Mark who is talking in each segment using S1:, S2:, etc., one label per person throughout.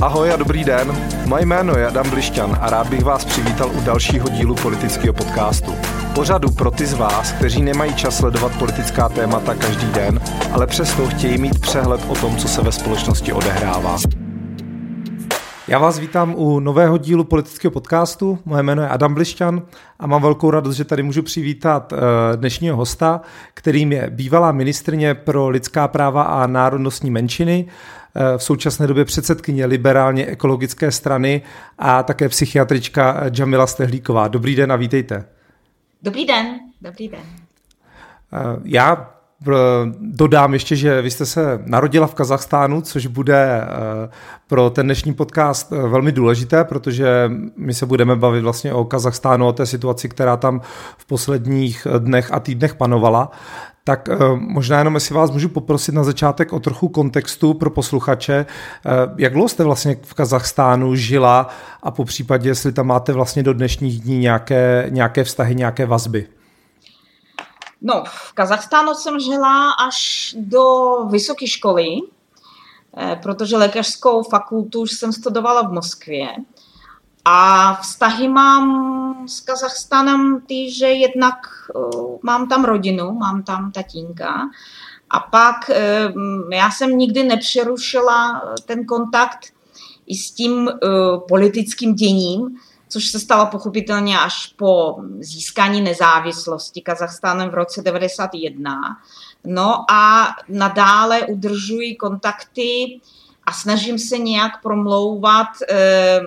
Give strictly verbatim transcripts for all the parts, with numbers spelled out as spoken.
S1: Ahoj a dobrý den. Moje jméno je Adam Blišťan a rád bych vás přivítal u dalšího dílu politického podcastu. Pořadu pro ty z vás, kteří nemají čas sledovat politická témata každý den, ale přesto chtějí mít přehled o tom, co se ve společnosti odehrává. Já vás vítám u nového dílu politického podcastu. Moje jméno je Adam Blišťan a mám velkou radost, že tady můžu přivítat dnešního hosta, kterým je bývalá ministryně pro lidská práva a národnostní menšiny, v současné době předsedkyně liberálně ekologické strany a také psychiatrička Džamila Stehlíková. Dobrý den a vítejte.
S2: Dobrý den, dobrý den.
S1: Já dodám ještě, že vy jste se narodila v Kazachstánu, což bude pro ten dnešní podcast velmi důležité, protože my se budeme bavit vlastně o Kazachstánu, o té situaci, která tam v posledních dnech a týdnech panovala. Tak možná jenom, jestli vás můžu poprosit na začátek o trochu kontextu pro posluchače. Jak dlouho jste vlastně v Kazachstánu žila a po případě, jestli tam máte vlastně do dnešních dní nějaké, nějaké vztahy, nějaké vazby?
S2: No, v Kazachstánu jsem žila až do vysoké školy, protože lékařskou fakultu už jsem studovala v Moskvě. A vztahy mám s Kazachstánem ty, že jednak uh, mám tam rodinu, mám tam tatínka a pak uh, já jsem nikdy nepřerušila ten kontakt i s tím uh, politickým děním, což se stalo pochopitelně až po získání nezávislosti Kazachstánem v roce devadesát jedna. No a nadále udržuji kontakty a snažím se nějak promlouvat eh,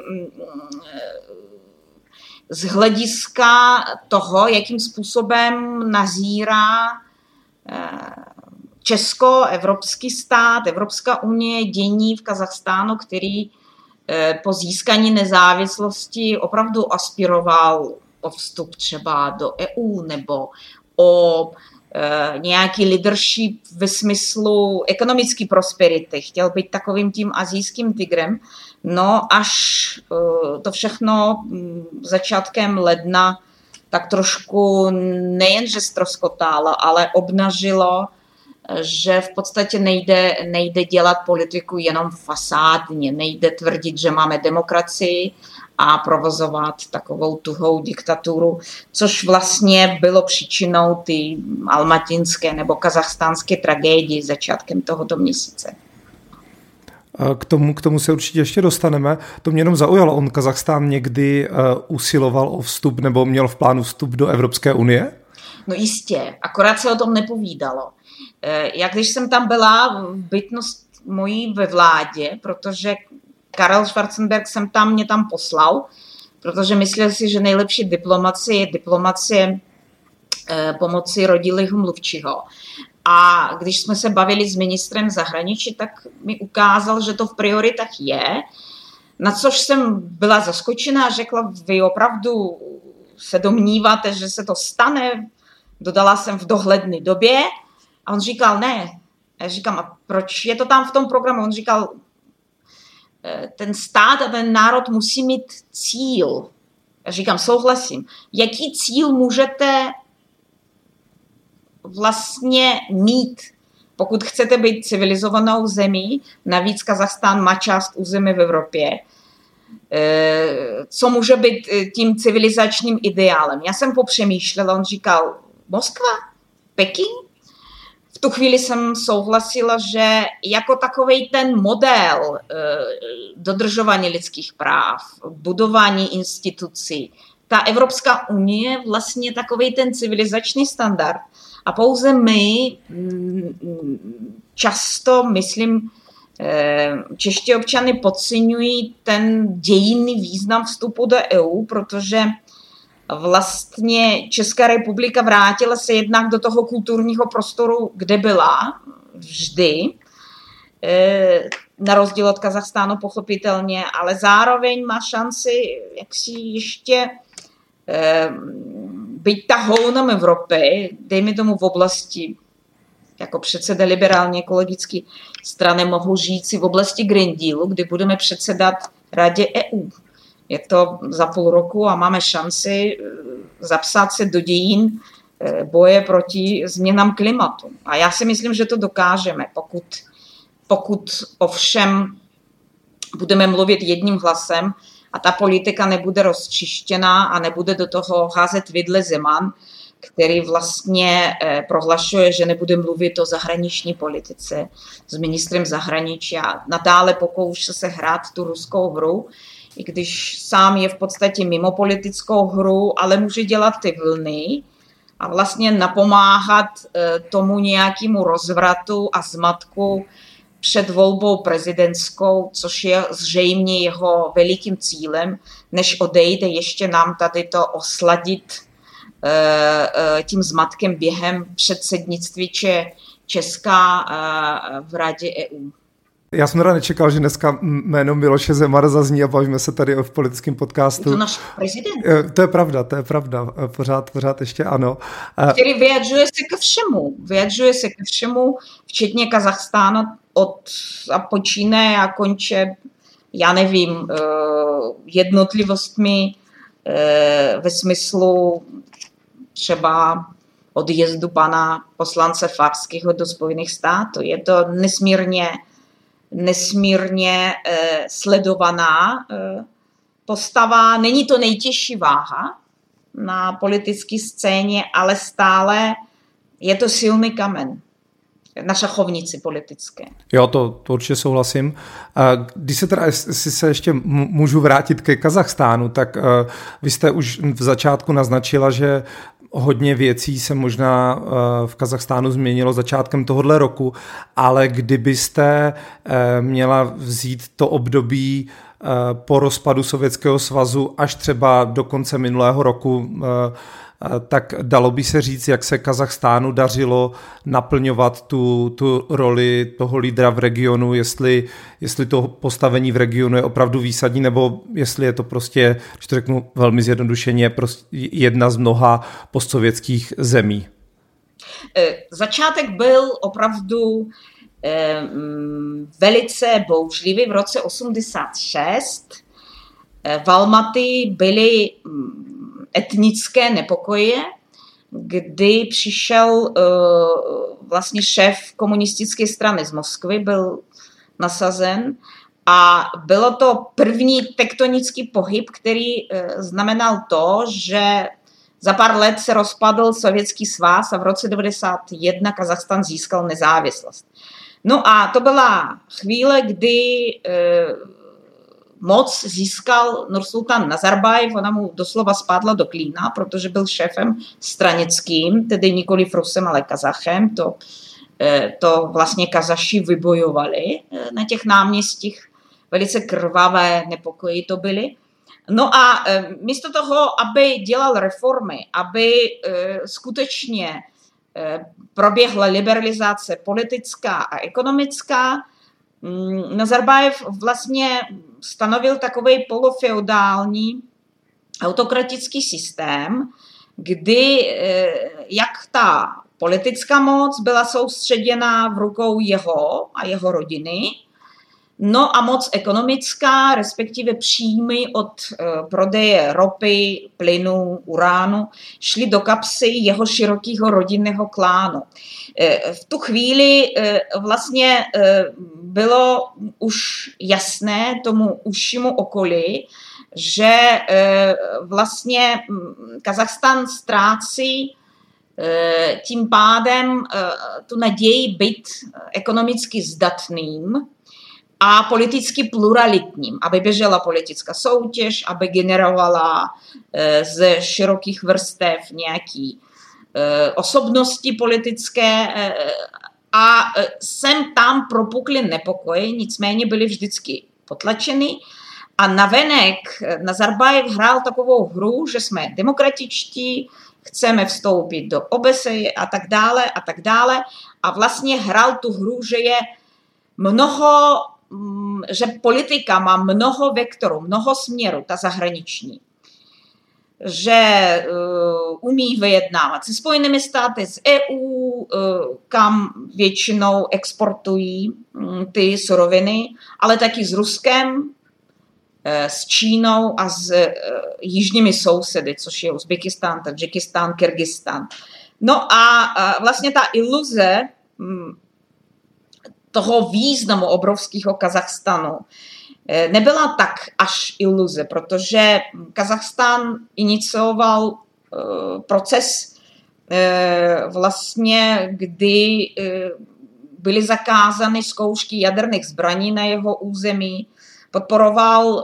S2: z hlediska toho, jakým způsobem nazírá eh, Česko, evropský stát, Evropská unie dění v Kazachstánu, který eh, po získání nezávislosti opravdu aspiroval o vstup třeba do E U nebo o Uh, nějaký leadership ve smyslu ekonomické prosperity. Chtěl být takovým tím asijským tigrem. No až uh, to všechno um, začátkem ledna tak trošku nejenže ztroskotalo, ale obnažilo, že v podstatě nejde, nejde dělat politiku jenom fasádně. Nejde tvrdit, že máme demokracii a provozovat takovou tuhou diktaturu, což vlastně bylo příčinou ty almatinské nebo kazachstánské tragédie začátkem tohoto měsíce.
S1: K tomu, k tomu se určitě ještě dostaneme. To mě jenom zaujalo. On Kazachstán někdy uh, usiloval o vstup nebo měl v plánu vstup do Evropské unie?
S2: No jistě, akorát se o tom nepovídalo. Jak když jsem tam byla v bytnost mojí ve vládě, protože Karel Schwarzenberg jsem tam, mě tam poslal, protože myslel si, že nejlepší diplomacie je diplomacie eh, pomocí rodilého mluvčího. A když jsme se bavili s ministrem zahraničí, tak mi ukázal, že to v prioritách je, na což jsem byla zaskočená a řekla, vy opravdu se domníváte, že se to stane? Dodala jsem v dohledné době a on říkal ne. Já říkám, a proč je to tam v tom programu? On říkal, ten stát a ten národ musí mít cíl. Já říkám, souhlasím. Jaký cíl můžete vlastně mít, pokud chcete být civilizovanou zemí? Navíc Kazachstán má část území v Evropě. Co může být tím civilizačním ideálem? Já jsem popřemýšlela, on říkal, Moskva? Peking? V tu chvíli jsem souhlasila, že jako takovej ten model e, dodržování lidských práv, budování institucí, ta Evropská unie vlastně takovej ten civilizační standard. A pouze my často, myslím, e, čeští občany podceňují ten dějinný význam vstupu do E U, protože vlastně Česká republika vrátila se jednak do toho kulturního prostoru, kde byla vždy, na rozdíl od Kazachstánu pochopitelně, ale zároveň má šanci jak si ještě být tahounem Evropy, dejme tomu v oblasti, jako předseda liberálně ekologické strany mohu žít si v oblasti Green Dealu, kdy budeme předsedat Radě E U. Je to za půl roku a máme šanci zapsat se do dějin boje proti změnám klimatu. A já si myslím, že to dokážeme, pokud, pokud ovšem budeme mluvit jedním hlasem a ta politika nebude rozčištěná a nebude do toho házet vidle Zeman, který vlastně eh, prohlašuje, že nebude mluvit o zahraniční politice s ministrem zahraničí a nadále pokouší se hrát tu ruskou hru, i když sám je v podstatě mimo politickou hru, ale může dělat ty vlny a vlastně napomáhat eh, tomu nějakému rozvratu a zmatku před volbou prezidentskou, což je zřejmě jeho velikým cílem, než odejde, ještě nám tady to osladit tím zmatkem během předsednictví Česka v Radě E U.
S1: Já jsem teda nečekal, že dneska jméno Miloše Zemana zazní a bavíme se tady o politickém podcastu.
S2: Je to náš prezident.
S1: To je pravda, to je pravda. Pořád, pořád ještě ano.
S2: Který vyjadřuje se ke všemu. Vyjadřuje se ke všemu, včetně Kazachstánu od a počíne a konče, já nevím, jednotlivostmi ve smyslu třeba odjezdu pana poslance Farského do Spojených států. Je to nesmírně, nesmírně eh, sledovaná eh, postava. Není to nejtěžší váha na politické scéně, ale stále je to silný kamen na šachovnici politické.
S1: Jo, to, to určitě souhlasím. Když se teda, jestli se ještě můžu vrátit ke Kazachstánu, tak uh, vy jste už v začátku naznačila, že hodně věcí se možná uh, v Kazachstánu změnilo začátkem tohohle roku, ale kdybyste uh, měla vzít to období uh, po rozpadu Sovětského svazu až třeba do konce minulého roku, uh, tak dalo by se říct, jak se Kazachstánu dařilo naplňovat tu, tu roli toho lídra v regionu, jestli, jestli to postavení v regionu je opravdu výsadní, nebo jestli je to prostě, když to řeknu velmi zjednodušeně, prostě jedna z mnoha postsovětských zemí.
S2: Začátek byl opravdu eh, velice bouřlivý. V roce osmdesát šest v Almaty byly etnické nepokoje, kdy přišel uh, vlastně šéf komunistické strany z Moskvy, byl nasazen a bylo to první tektonický pohyb, který uh, znamenal to, že za pár let se rozpadl Sovětský svaz a v roce devadesát jedna Kazachstán získal nezávislost. No a to byla chvíle, kdy uh, moc získal Nursultan Nazarbajev, ona mu doslova spadla do klína, protože byl šéfem stranickým, tedy nikoliv Rusem, ale Kazachem. To, to vlastně Kazaši vybojovali na těch náměstích. Velice krvavé nepokoji to byly. No a místo toho, aby dělal reformy, aby skutečně proběhla liberalizace politická a ekonomická, Nazarbajev vlastně stanovil takový polofeudální autokratický systém, kdy jak ta politická moc byla soustředěna v rukou jeho a jeho rodiny, no a moc ekonomická, respektive příjmy od prodeje ropy, plynu, uránu, šly do kapsy jeho širokého rodinného klánu. V tu chvíli vlastně bylo už jasné tomu užšímu okolí, že vlastně Kazachstán ztrácí tím pádem tu naději být ekonomicky zdatným a politicky pluralitním, aby běžela politická soutěž, aby generovala ze širokých vrstev nějaký osobnosti politické a sem tam propukly nepokoje, nicméně byly vždycky potlačeny a navenek Nazarbajev hrál takovou hru, že jsme demokratičtí, chceme vstoupit do O B S E a tak dále a tak dále a vlastně hrál tu hru, že je mnoho, že politika má mnoho vektorů, mnoho směrů, ta zahraniční. Že uh, umí vyjednávat se Spojenými státy, s E U, uh, kam většinou exportují um, ty suroviny, ale taky s Ruskem, uh, s Čínou a s uh, jižními sousedy, což je Uzbekistán, Tadžikistán, Kyrgyzstán. No a uh, vlastně ta iluze um, toho významu obrovského Kazachstanu, nebyla tak až iluze, protože Kazachstán inicioval proces vlastně, kdy byly zakázány zkoušky jaderných zbraní na jeho území, podporoval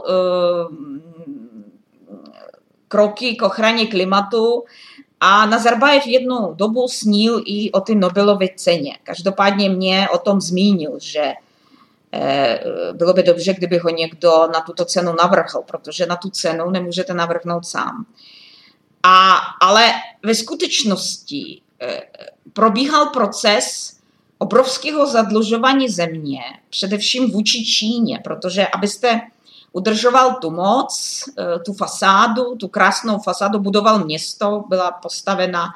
S2: kroky k ochraně klimatu a Nazarbájev jednu dobu snil i o ty Nobelovy ceně. Každopádně mě o tom zmínil, že bylo by dobře, kdyby ho někdo na tuto cenu navrhl, protože na tu cenu nemůžete navrhnout sám. A, ale ve skutečnosti probíhal proces obrovského zadlužování země, především vůči Číně, protože abyste udržoval tu moc, tu fasádu, tu krásnou fasádu, budoval město, byla postavena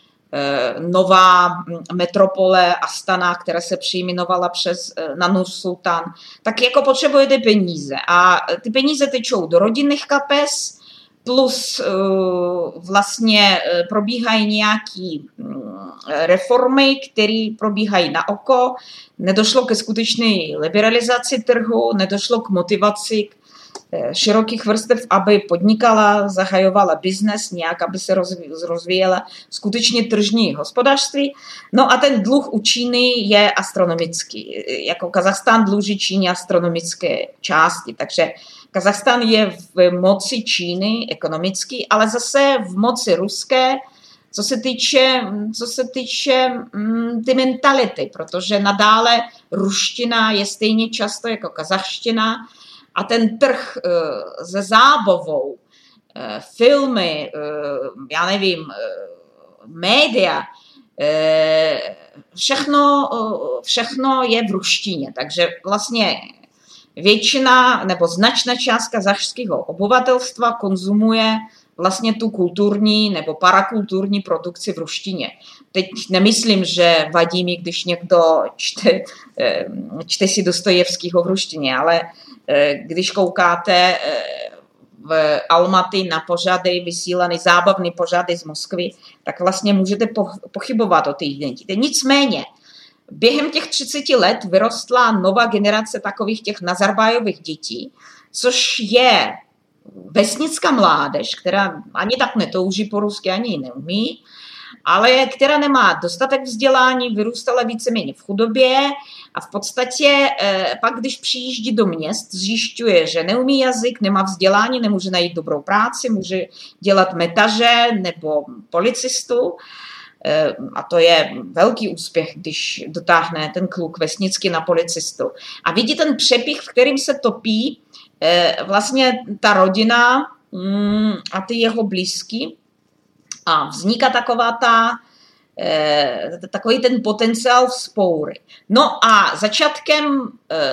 S2: nová metropole Astana, která se přejmenovala přes na Nur-Sultan, tak jako potřebujete peníze. A ty peníze tečou do rodinných kapes, plus vlastně probíhají nějaké reformy, které probíhají na oko. Nedošlo ke skutečné liberalizaci trhu, nedošlo k motivaci širokých vrstev, aby podnikala, zahajovala biznes nějak, aby se rozvíjela skutečně tržní hospodářství. No a ten dluh u Číny je astronomický. Jako Kazachstán dluží Číně astronomické části, takže Kazachstán je v moci Číny ekonomicky, ale zase v moci ruské, co se týče, co se týče mm, ty mentality, protože nadále ruština je stejně často jako kazachština a ten trh uh, se zábavou, uh, filmy, uh, já nevím, uh, média, uh, všechno, uh, všechno je v ruštině, takže vlastně většina nebo značná část kazachského obyvatelstva konzumuje vlastně tu kulturní nebo parakulturní produkci v ruštině. Teď nemyslím, že vadí mi, když někdo čte, čte si Dostojevskýho v ruštině, ale když koukáte v Almaty na pořady, vysílané zábavné pořady z Moskvy, tak vlastně můžete pochybovat o té identitě. Nicméně, během těch třiceti let vyrostla nová generace takových těch Nazarbájových dětí, což je vesnická mládež, která ani tak netouží po rusky, ani ji neumí, ale která nemá dostatek vzdělání, vyrůstala víceméně v chudobě a v podstatě eh, pak, když přijíždí do měst, zjišťuje, že neumí jazyk, nemá vzdělání, nemůže najít dobrou práci, může dělat metaže nebo policistu. A to je velký úspěch, když dotáhne ten kluk vesnicky na policistu. A vidí ten přepich, v kterým se topí vlastně ta rodina a ty jeho blízky. A vzniká taková ta, takový ten potenciál vzpoury. No a začátkem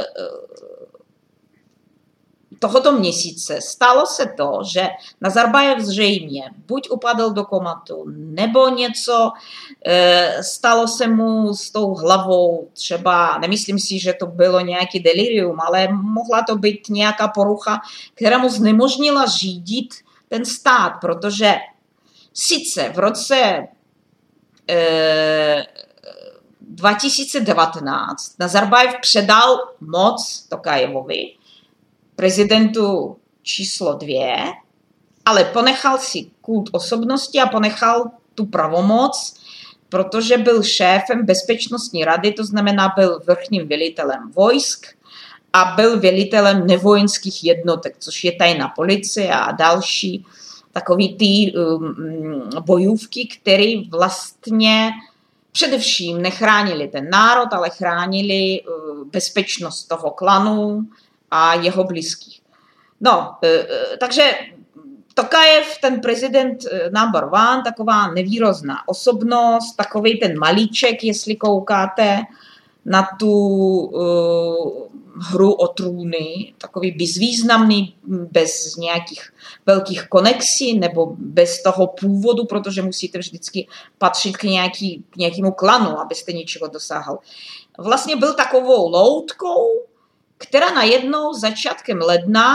S2: tohoto měsíce stalo se to, že Nazarbájev zřejmě buď upadl do komatu, nebo něco e, stalo se mu s tou hlavou, třeba, nemyslím si, že to bylo nějaký delirium, ale mohla to být nějaká porucha, která mu znemožnila řídit ten stát, protože sice v roce e, dva tisíce devatenáct Nazarbájev předal moc Tokajevovi, prezidentu číslo dvě, ale ponechal si kult osobnosti a ponechal tu pravomoc, protože byl šéfem bezpečnostní rady, to znamená byl vrchním velitelem vojsk a byl velitelem nevojenských jednotek, což je tajná policie a další takový ty um, bojůvky, které vlastně především nechránili ten národ, ale chránili uh, bezpečnost toho klanu a jeho blízkých. No, takže Tokajev, ten prezident number one, taková nevýrozná osobnost, takový ten malíček, jestli koukáte na tu uh, hru o trůny, takový bezvýznamný, bez nějakých velkých konexí nebo bez toho původu, protože musíte vždycky patřit k, nějaký, k nějakému klanu, abyste něčeho dosáhl. Vlastně byl takovou loutkou, která najednou začátkem ledna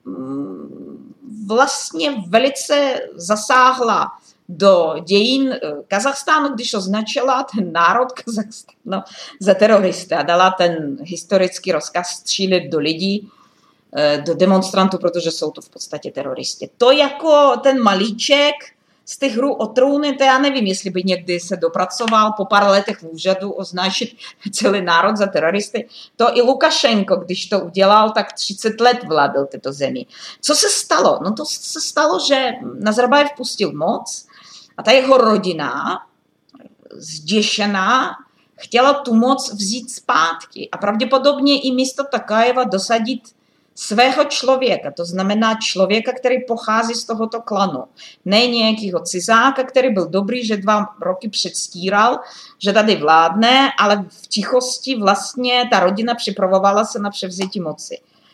S2: vlastně velice zasáhla do dějin Kazachstánu, když označila ten národ Kazachstánu za teroristy a dala ten historický rozkaz střílet do lidí do demonstrantů, protože jsou to v podstatě teroristi. To jako ten malíček z těch hru o trůny, to já nevím, jestli by někdy se dopracoval po pár letech v úřadu označit celý národ za teroristy. To i Lukašenko, když to udělal, tak třicet let vládl této zemi. Co se stalo? No to se stalo, že Nazarbájev pustil moc a ta jeho rodina, zděšená, chtěla tu moc vzít zpátky a pravděpodobně i místo Takajeva dosadit svého člověka, to znamená člověka, který pochází z tohoto klanu. Ne nějakého cizáka, který byl dobrý, že dva roky předstíral, že tady vládne, ale v tichosti vlastně ta rodina připravovala se na převzetí moci.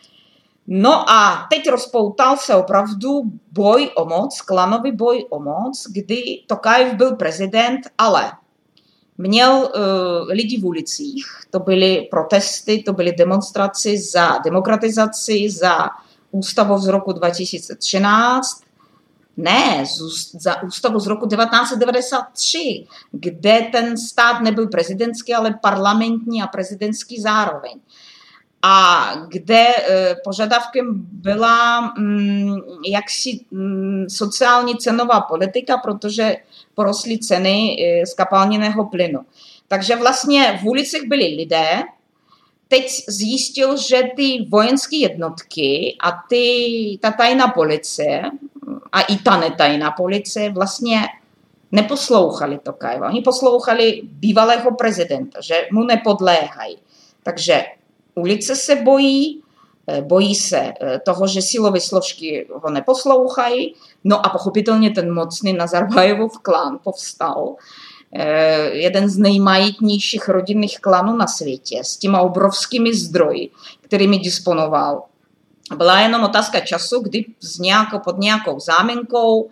S2: No a teď rozpoutal se opravdu boj o moc, klanový boj o moc, kdy Tokajev byl prezident, ale měl uh, lidi v ulicích, to byly protesty, to byly demonstrace za demokratizaci, za ústavu z roku dva tisíce třináct, ne, za ústavu z roku devatenáct set devadesát tři, kde ten stát nebyl prezidentský, ale parlamentní a prezidentský zároveň. A kde e, požadavkem byla mm, jaksi mm, sociální cenová politika, protože porostly ceny e, skapalněného plynu. Takže vlastně v ulicích byli lidé. Teď zjistil, že ty vojenské jednotky a ty, ta tajná policie a i ta netajná policie vlastně neposlouchali Tokajeva. Oni poslouchali bývalého prezidenta, že mu nepodléhají. Takže ulice se bojí, bojí se toho, že silové složky ho neposlouchají, no a pochopitelně ten mocný Nazarbájevův klán povstal, jeden z nejmajetnějších rodinných klanů na světě, s těma obrovskými zdroji, kterými disponoval. Byla jenom otázka času, kdy z nějakou, pod nějakou záminkou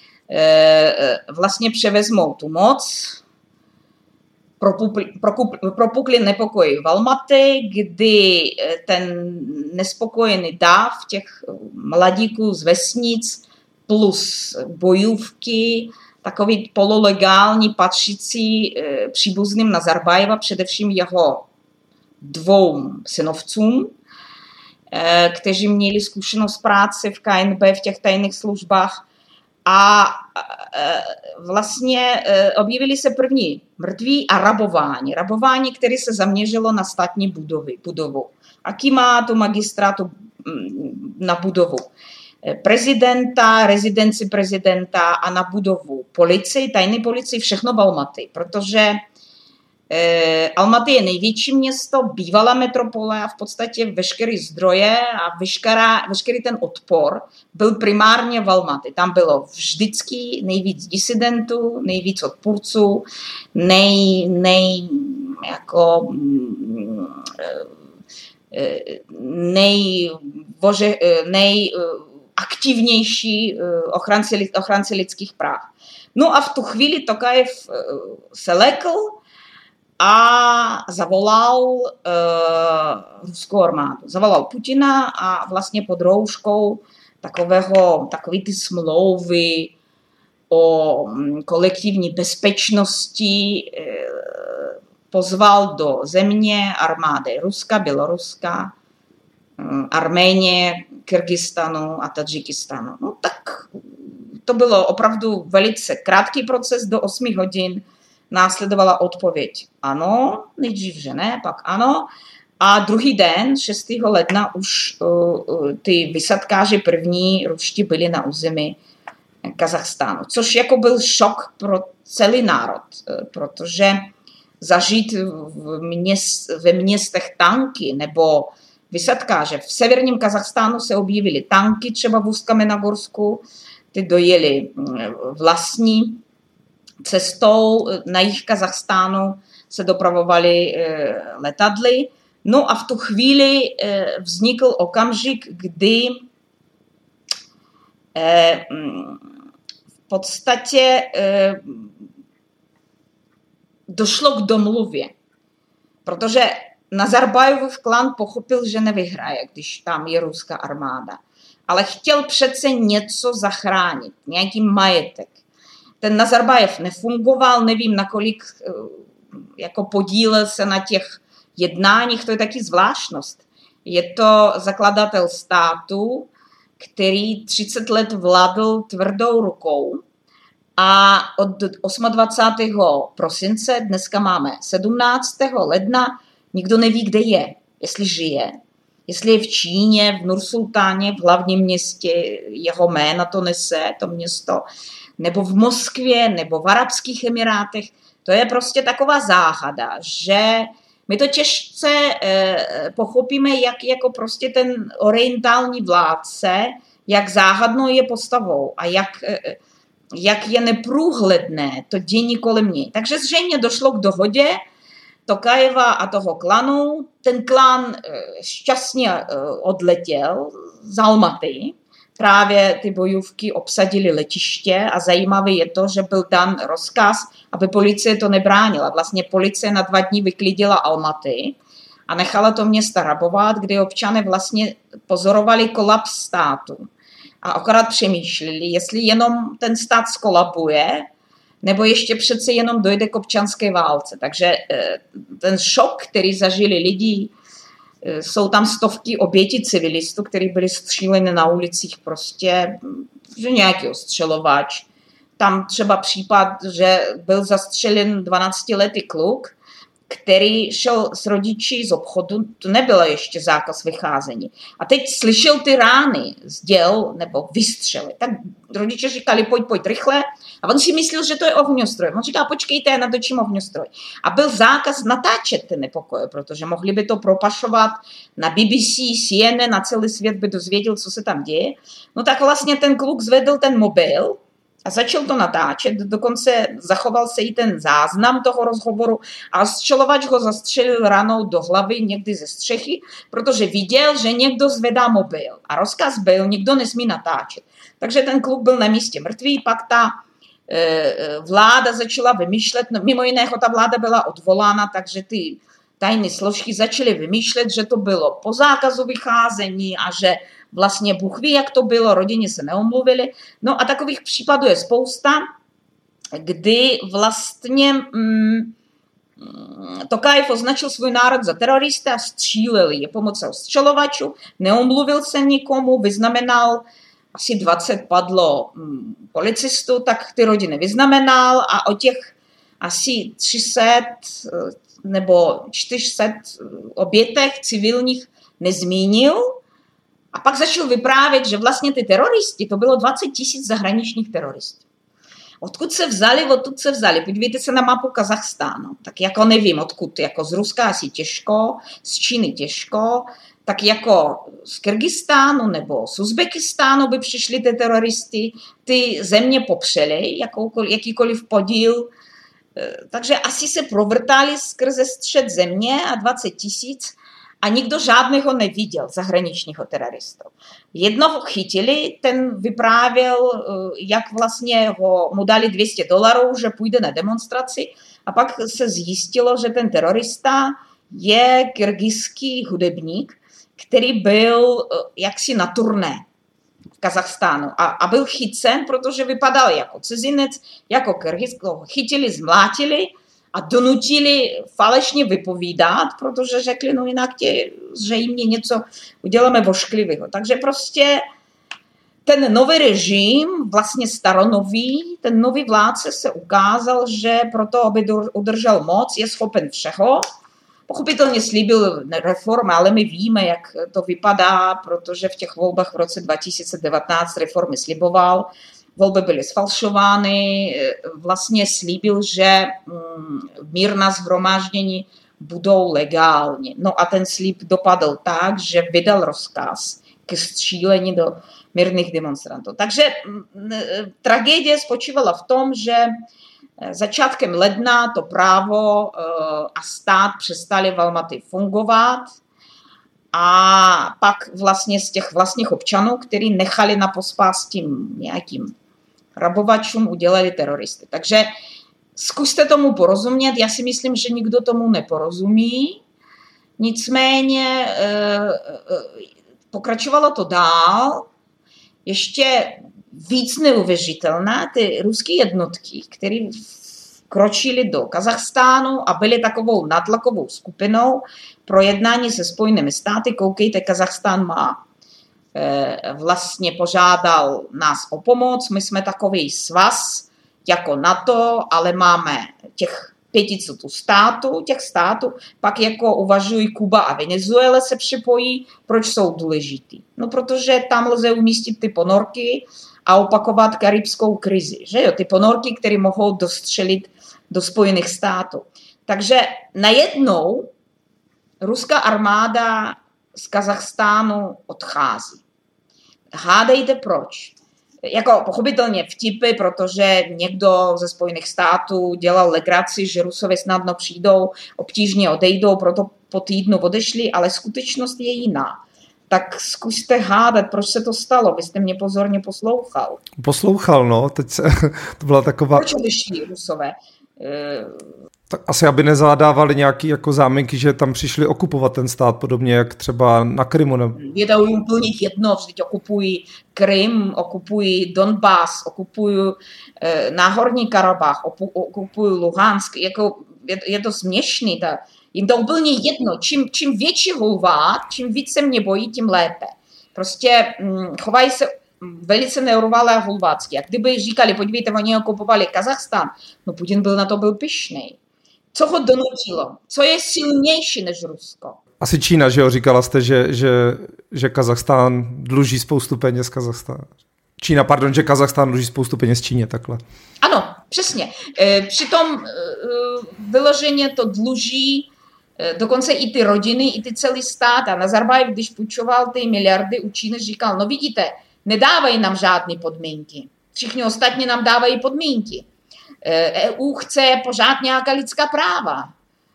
S2: vlastně převezmou tu moc. Propukli, propukli nepokoji v Almaty, kdy ten nespokojený dáv těch mladíků z vesnic plus bojůvky, takový pololegální patřící příbuzným Nazarbájeva, především jeho dvou synovcům, kteří měli zkušenost práce v K N B, v těch tajných službách. A vlastně objevili se první mrtví a rabování. Rabování, které se zaměřilo na státní budovy, budovu. Akímátu, magistrátu na budovu prezidenta, rezidenci prezidenta a na budovu policii, tajné policii, všechno v Almaty, protože eh, Almaty je největší město, bývalá metropole a v podstatě veškeré zdroje a veškerá, veškerý ten odpor byl primárně v Almaty. Tam bylo vždycky nejvíc disidentů, nejvíc odpůrců, nej, nej, jako, nej, bože, nej aktivnější ochránci, ochránci lidských práv. No a v tu chvíli Tokajev se lekl a zavolal uh, ruskou armádu. Zavolal Putina a vlastně pod rouškou takového, takový ty smlouvy o kolektivní bezpečnosti uh, pozval do země armády Ruska, Běloruska, um, Arménie, Kyrgyzstanu a Tadžikistánu. No tak to bylo opravdu velice krátký proces, do osmi hodin následovala odpověď ano, nejdřív, že ne, pak ano. A druhý den, šestého ledna, už uh, ty vysadkáři první ruští byli na území Kazachstánu. Což jako byl šok pro celý národ, protože zažít v měst, ve městech tanky nebo vysadkáře. V severním Kazachstánu se objevily tanky, třeba v Úzkamenagorsku, ty dojeli vlastní cestou, na jih Kazachstánu se dopravovali letadly. No a v tu chvíli vznikl okamžik, kdy v podstatě došlo k domluvě, protože Nazarbájevův klan pochopil, že nevyhraje, když tam je ruská armáda. Ale chtěl přece něco zachránit, nějaký majetek. Ten Nazarbájev nefungoval, nevím, nakolik jako podílel se na těch jednáních, to je taky zvláštnost. Je to zakladatel státu, který třicet let vládl tvrdou rukou a od dvacátého osmého prosince, dneska máme sedmnáctého ledna, nikdo neví, kde je, jestli žije, jestli je v Číně, v Nursultáně, v hlavním městě, jeho jména to nese, to město, nebo v Moskvě, nebo v Arabských Emirátech. To je prostě taková záhada, že my to těžce eh, pochopíme, jak jako prostě ten orientální vládce, jak záhadnou je postavou a jak, eh, jak je neprůhledné to dění kolem něj. Takže zřejmě došlo k dohodě Tokajeva a toho klanu. Ten klan eh, šťastně eh, odletěl z Almaty. Právě ty bojůvky obsadili letiště a zajímavé je to, že byl dan rozkaz, aby policie to nebránila. Vlastně policie na dva dní vyklidila Almaty a nechala to města rabovat, kdy občané vlastně pozorovali kolaps státu. A akorát přemýšleli, jestli jenom ten stát skolabuje, nebo ještě přece jenom dojde k občanské válce. Takže ten šok, který zažili lidi, jsou tam stovky obětí civilistů, kteří byli stříleni na ulicích prostě, že nějaký ostřelovač. Tam třeba případ, že byl zastřelen dvanáctiletý kluk, který šel s rodiči z obchodu, to nebylo ještě zákaz vycházení. A teď slyšel ty rány z děl nebo vystřely. Tak rodiče říkali, pojď, pojď rychle. A on si myslel, že to je ohňostroj. On říkal, počkejte, já natočím ohňostroj. A byl zákaz natáčet ty nepokoje, protože mohli by to propašovat na B B C, C N N, na celý svět by dozvěděl, co se tam děje. No tak vlastně ten kluk zvedl ten mobil a začal to natáčet, dokonce zachoval se i ten záznam toho rozhovoru a střelovač ho zastřelil ranou do hlavy někdy ze střechy, protože viděl, že někdo zvedá mobil a rozkaz byl, nikdo nesmí natáčet. Takže ten kluk byl na místě mrtvý, pak ta e, vláda začala vymýšlet, no, mimo jiného ta vláda byla odvolána, takže ty tajné složky začaly vymýšlet, že to bylo po zákazu vycházení a že vlastně Bůh ví, jak to bylo, rodině se neomluvili. No a takových případů je spousta, kdy vlastně mm, Tokajev označil svůj národ za teroristy a střílel je pomocí střelovačů, neomluvil se nikomu, vyznamenal, asi dvacet padlo mm, policistů, tak ty rodiny vyznamenal a o těch asi tři sta nebo čtyři sta obětech civilních nezmínil. A pak začal vyprávět, že vlastně ty teroristi, to bylo dvacet tisíc zahraničních teroristů. Odkud se vzali, odkud se vzali. Podívejte se na mapu Kazachstánu. Tak jako nevím, odkud. Jako z Ruska asi těžko, z Číny těžko. Tak jako z Kyrgyzstánu nebo z Uzbekistánu by přišli ty teroristy. Ty země popřely jakýkoliv podíl. Takže asi se provrtali skrze střed země a dvacet tisíc a nikdo žádného neviděl, zahraničního teroristů. Jednoho chytili, ten vyprávěl, jak vlastně ho, mu dali dvě stě dolarů, že půjde na demonstraci a pak se zjistilo, že ten terorista je kyrgyzský hudebník, který byl jaksi na turné v Kazachstánu a, a byl chycen, protože vypadal jako cizinec, jako Kyrgyz, chytili, zmlátili a donutili falešně vypovídat, protože řekli, no jinak tě zřejmě něco uděláme vošklivého. Takže prostě ten nový režim, vlastně staronový, ten nový vládce se ukázal, že proto, aby udržel moc, je schopen všeho. Pochopitelně slíbil reformy, ale my víme, jak to vypadá, protože v těch volbách v roce dva tisíce devatenáct reformy sliboval. Volby byly sfalšovány, vlastně slíbil, že mírná shromáždění budou legálně. No a ten slib dopadl tak, že vydal rozkaz ke střílení do mírných demonstrantů. Takže tragédie spočívala v tom, že začátkem ledna to právo a stát přestali v Almaty fungovat a pak vlastně z těch vlastních občanů, kteří nechali na pospas tím nějakým rabovačům, udělali teroristy. Takže zkuste tomu porozumět, já si myslím, že nikdo tomu neporozumí, nicméně pokračovalo to dál, ještě víc neuvěřitelné, ty ruské jednotky, které v vkročili do Kazachstánu a byli takovou nátlakovou skupinou pro jednání se Spojenými státy. Koukejte, Kazachstán má vlastně požádal nás o pomoc, my jsme takový svaz jako NATO, ale máme těch pěticetu států, těch států, pak jako uvažují Kuba a Venezuela se připojí, proč jsou důležitý? No protože tam lze umístit ty ponorky a opakovat karibskou krizi, že jo, ty ponorky, které mohou dostřelit do Spojených států. Takže najednou ruská armáda z Kazachstánu odchází. Hádejte proč. Jako pochopitelně vtipy, protože někdo ze Spojených států dělal legraci, že Rusové snadno přijdou, obtížně odejdou, proto po týdnu odešli, ale skutečnost je jiná. Tak zkuste hádat, proč se to stalo. Vy jste mě pozorně poslouchal.
S1: Poslouchal, no. Teď se, to byla taková...
S2: Proč odešli Rusové?
S1: Tak asi, aby nezadávali nějaký jako záminky, že tam přišli okupovat ten stát, podobně jak třeba na Krymu. Ne?
S2: Je to úplně jedno, vždyť okupují Krym, okupují Donbas, okupují eh, Náhorní Karabach, okupují Luhansk. Jako, je, je to směšný. Ta, jim to úplně jedno. Čím, čím větší hulvát, čím víc se mě bojí, tím lépe. Prostě hm, chovají se velice neurovalé a hulvácky. A kdyby říkali, podívejte, oni okupovali Kazachstán, no Putin byl na to byl pyšnej. Co ho donutilo? Co je silnější než Rusko?
S1: Asi Čína, že jo? Říkala jste, že, že, že Kazachstán dluží spoustu peněz Kazachstán. Čína, pardon, že Kazachstán dluží spoustu peněz Číně, takhle.
S2: Ano, přesně. Přitom vyloženě to dluží dokonce i ty rodiny, i ty celý stát. A Nazarbájev, když půjčoval ty miliardy u Číny, říkal, no vidíte, nedávají nám žádné podmínky. Všichni ostatní nám dávají podmínky. E U chce pořád nějaká lidská práva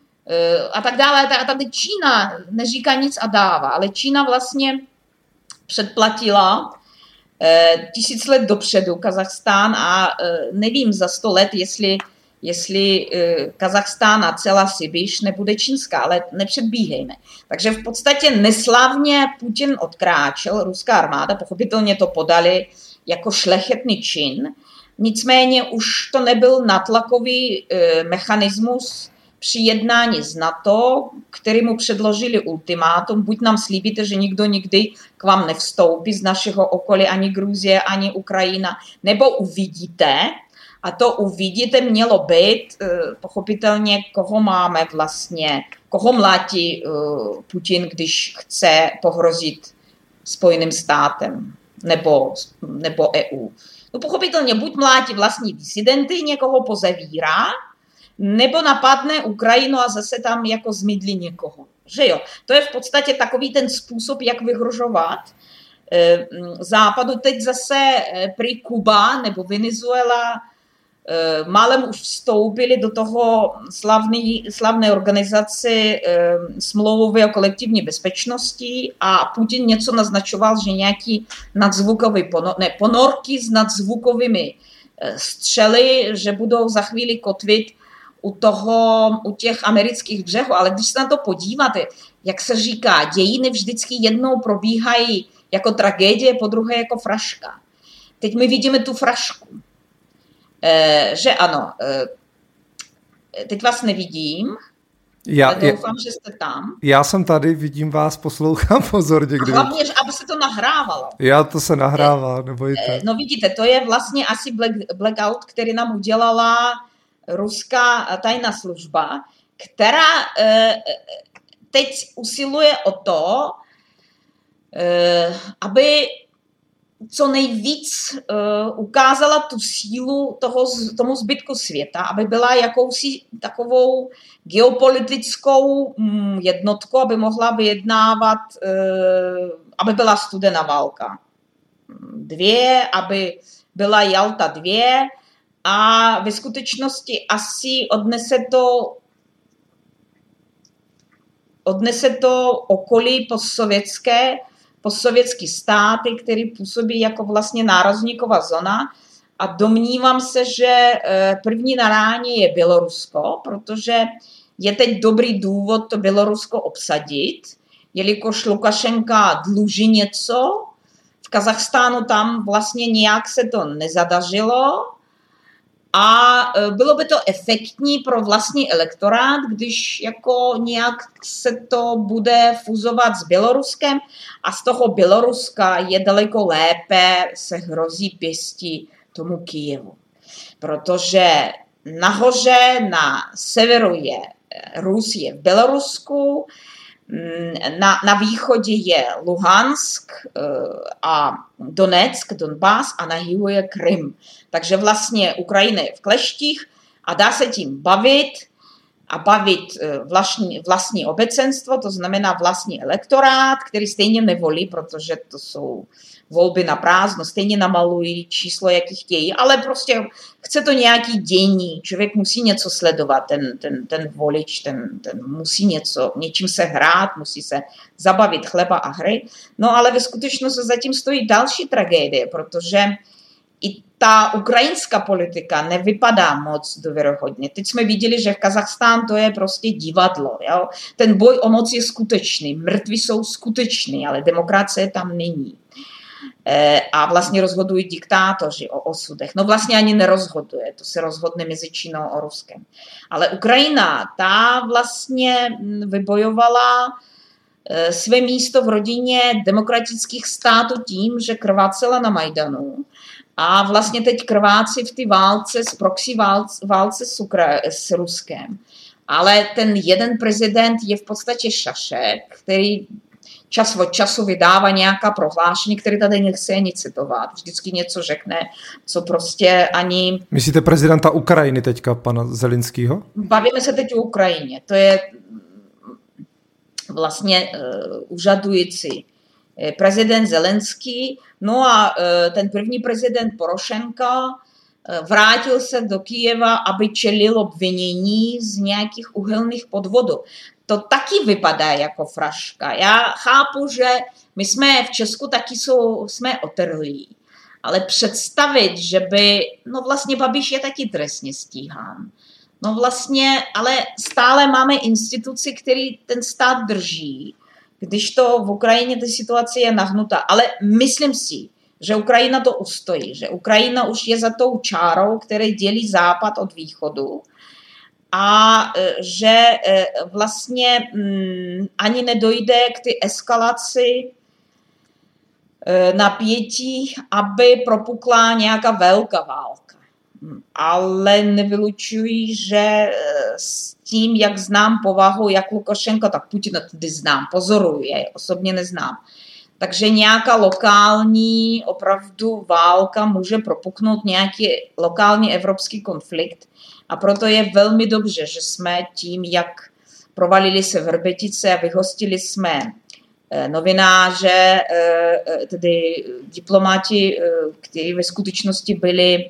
S2: a tak dále. A tady Čína neříká nic a dává, ale Čína vlastně předplatila tisíc let dopředu Kazachstán a nevím za sto let, jestli, jestli Kazachstán a celá Sibiř nebude čínská, ale nepředbíhejme. Takže v podstatě neslavně Putin odkráčel, ruská armáda, pochopitelně to podali jako šlechetný čin. Nicméně už to nebyl natlakový e, mechanismus při jednání s NATO, který mu předložili ultimátum, buď nám slíbíte, že nikdo nikdy k vám nevstoupí z našeho okolí, ani Gruzie, ani Ukrajina, nebo uvidíte, a to uvidíte mělo být, e, pochopitelně, koho máme vlastně, koho mlátí e, Putin, když chce pohrozit Spojeným státem nebo, nebo E U. No pochopitelně buď mlátí vlastní disidenty, někoho pozavírá, nebo napadne Ukrajinu a zase tam jako zmydlí někoho. Že jo? To je v podstatě takový ten způsob, jak vyhrožovat e, západu. Teď zase e, prý Kuba nebo Venezuela e, málem už vstoupili do toho slavný, slavné organizace e, smlouvy o kolektivní bezpečnosti a Putin něco naznačoval, že nějaký nadzvukový ponor, ne, ponorky s nadzvukovými e, střely, že budou za chvíli kotvit u, toho, u těch amerických břehů. Ale když se na to podíváte, jak se říká, dějiny vždycky jednou probíhají jako tragédie, po druhé jako fraška. Teď my vidíme tu frašku. E, že ano, e, teď vás nevidím, já, ale doufám, já, že jste tam.
S1: Já jsem tady, vidím vás, poslouchám pozorně.
S2: Kdy... Hlavně, aby se to nahrávalo.
S1: Já to se nahrává, nebojte.
S2: E, no vidíte, to je vlastně asi black, blackout, který nám udělala ruská tajná služba, která e, teď usiluje o to, e, aby co nejvíc uh, ukázala tu sílu toho, tomu zbytku světa, aby byla jakousi takovou geopolitickou mm, jednotkou, aby mohla vyjednávat, uh, aby byla studená válka dvě, aby byla Jalta dvě a ve skutečnosti asi odnese to odnese to okolí postsovětské postsovětský státy, který působí jako vlastně nárazníková zóna a domnívám se, že první na ráně je Bělorusko, protože je teď dobrý důvod to Bělorusko obsadit, jelikož Lukašenka dluží něco, v Kazachstánu tam vlastně nějak se to nezadařilo A bylo by to efektní pro vlastní elektorát, když jako nějak se to bude fuzovat s Běloruskem a z toho Běloruska je daleko lépe se hrozí pěstí tomu Kyjevu. Protože nahoře na severu je Rus, je v Bělorusku, na, na východě je Luhansk a Donetsk, Donbas a na jihu je Krym. Takže vlastně Ukrajina je v kleštích a dá se tím bavit a bavit vlastní, vlastní obecenstvo, to znamená vlastní elektorát, který stejně nevolí, protože to jsou volby na prázdno, stejně namalují číslo, jaký chtějí, ale prostě chce to nějaký dění, člověk musí něco sledovat, ten, ten, ten volič, ten, ten musí něco, něčím se hrát, musí se zabavit chleba a hry, no ale ve skutečnosti zatím stojí další tragédie, protože i ta ukrajinská politika nevypadá moc důvěryhodně. Teď jsme viděli, že v Kazachstánu to je prostě divadlo. Jo? Ten boj o moc je skutečný, mrtví jsou skutečný, ale demokracie tam není. A vlastně rozhodují diktátoři o osudech. No vlastně ani nerozhoduje, to se rozhodne mezi Čínou a Ruskem. Ale Ukrajina, ta vlastně vybojovala své místo v rodině demokratických států tím, že krvácela na Majdanu a vlastně teď krvácí v té válce, s proxy válce, válce s, Ukra- s Ruskem. Ale ten jeden prezident je v podstatě šašek, který čas od času vydává nějaká prohlášení, které tady nechce ani citovat. Vždycky něco řekne, co prostě ani...
S1: Myslíte prezidenta Ukrajiny teďka, pana Zelenskýho?
S2: Bavíme se teď o Ukrajině. To je vlastně uh, úřadující prezident Zelenský. No a uh, ten první prezident Porošenka uh, vrátil se do Kyjeva, aby čelil obvinění z nějakých uhelných podvodů. To taky vypadá jako fraška. Já chápu, že my jsme v Česku taky jsou, jsme otrhlí, ale představit, že by, no vlastně Babiš je taky trestně stíhán. No vlastně, ale stále máme instituci, který ten stát drží, když to v Ukrajině ta situace je nahnutá. Ale myslím si, že Ukrajina to ustojí, že Ukrajina už je za tou čárou, který dělí západ od východu, a že vlastně ani nedojde k ty eskalaci napětí, aby propukla nějaká velká válka. Ale nevylučuji, že s tím, jak znám povahu, jak Lukašenka, tak Putina tedy znám, pozoruji, já je osobně neznám. Takže nějaká lokální opravdu válka může propuknout nějaký lokální evropský konflikt. A proto je velmi dobře, že jsme tím, jak provalili se Vrbětice a vyhostili jsme novináře, tedy diplomáti, kteří ve skutečnosti byli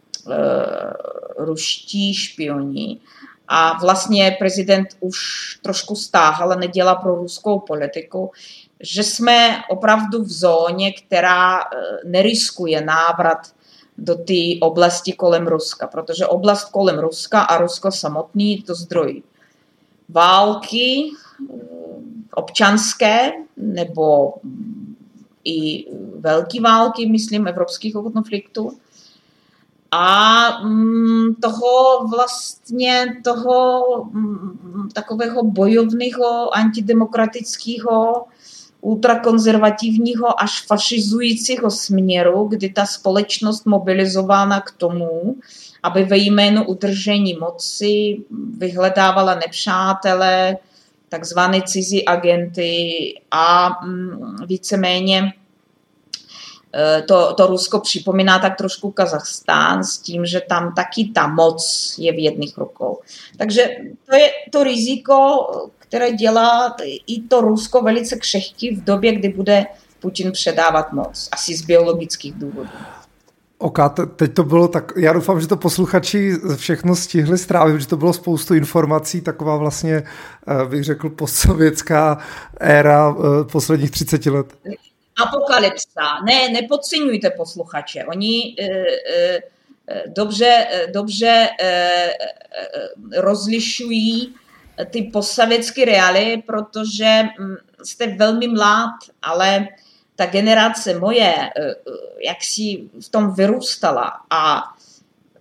S2: ruští špioni. A vlastně prezident už trošku stáhl a nedělá pro ruskou politiku, že jsme opravdu v zóně, která neriskuje návrat do té oblasti kolem Ruska, protože oblast kolem Ruska a Rusko samotný to zdroj války občanské nebo i velké války, myslím, evropských konfliktů a toho vlastně toho takového bojovného antidemokratického ultrakonzervativního až fašizujícího směru, kdy ta společnost mobilizována k tomu, aby ve jménu udržení moci vyhledávala nepřátele, takzvané cizí agenty a víceméně to, to Rusko připomíná tak trošku Kazachstán s tím, že tam taky ta moc je v jedných rukou. Takže to je to riziko, které dělá i to Rusko velice křehký v době, kdy bude Putin předávat moc. Asi z biologických důvodů.
S1: Ok, teď to bylo tak, já doufám, že to posluchači všechno stihli strávit, že to bylo spoustu informací, taková vlastně, bych řekl, postsovětská éra posledních třiceti let.
S2: Apokalypsa. Ne, nepodceňujte posluchače. Oni e, e, dobře, dobře e, rozlišují ty postsovětské reály, protože jste velmi mlád, ale ta generace moje, jak si v tom vyrůstala a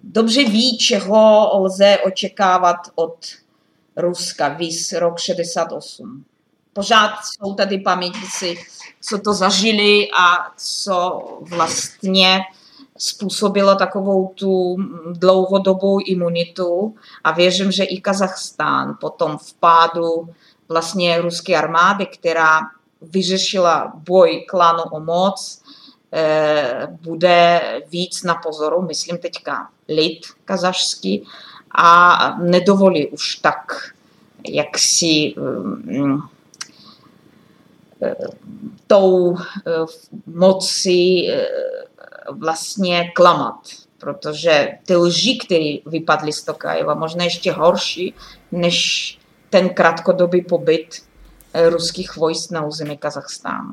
S2: dobře ví, čeho lze očekávat od Ruska, viz rok šedesát osm. Pořád jsou tady pamětníci, co to zažili a co vlastně způsobilo takovou tu dlouhodobou imunitu. A věřím, že i Kazachstán po tom vpádu vlastně ruské armády, která vyřešila boj klanu o moc, bude víc na pozoru, myslím teďka lid kazašský, a nedovolí už tak, jak si um, tou uh, moci uh, vlastně klamat, protože ty lži, které vypadly z Tokajeva, možná ještě horší, než ten krátkodobý pobyt uh, ruských vojsk na území Kazachstánu.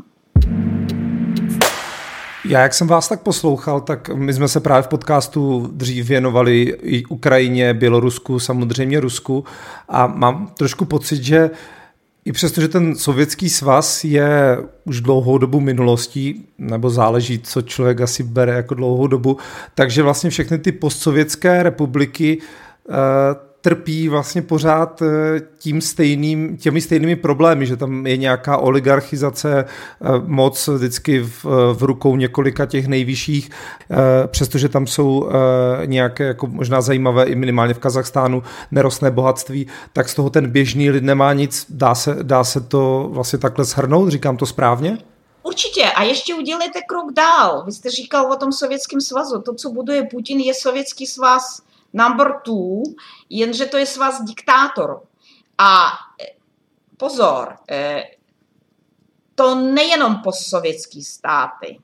S1: Já, jak jsem vás tak poslouchal, tak my jsme se právě v podcastu dřív věnovali i Ukrajině, Bělorusku, samozřejmě Rusku a mám trošku pocit, že i přesto, že ten Sovětský svaz je už dlouhou dobu minulostí, nebo záleží, co člověk asi bere jako dlouhou dobu, takže vlastně všechny ty postsovětské republiky eh, trpí vlastně pořád tím stejným, těmi stejnými problémy, že tam je nějaká oligarchizace, moc vždycky v, v rukou několika těch nejvyšších, přestože tam jsou nějaké jako možná zajímavé i minimálně v Kazachstánu nerostné bohatství, tak z toho ten běžný lid nemá nic. Dá se, dá se to vlastně takhle shrnout? Říkám to správně?
S2: Určitě. A ještě udělejte krok dál. Vy jste říkal o tom Sovětském svazu. To, co buduje Putin, je Sovětský svaz number two, jenže to je svaz diktátorů. A pozor, to nejenom postsovětské státy.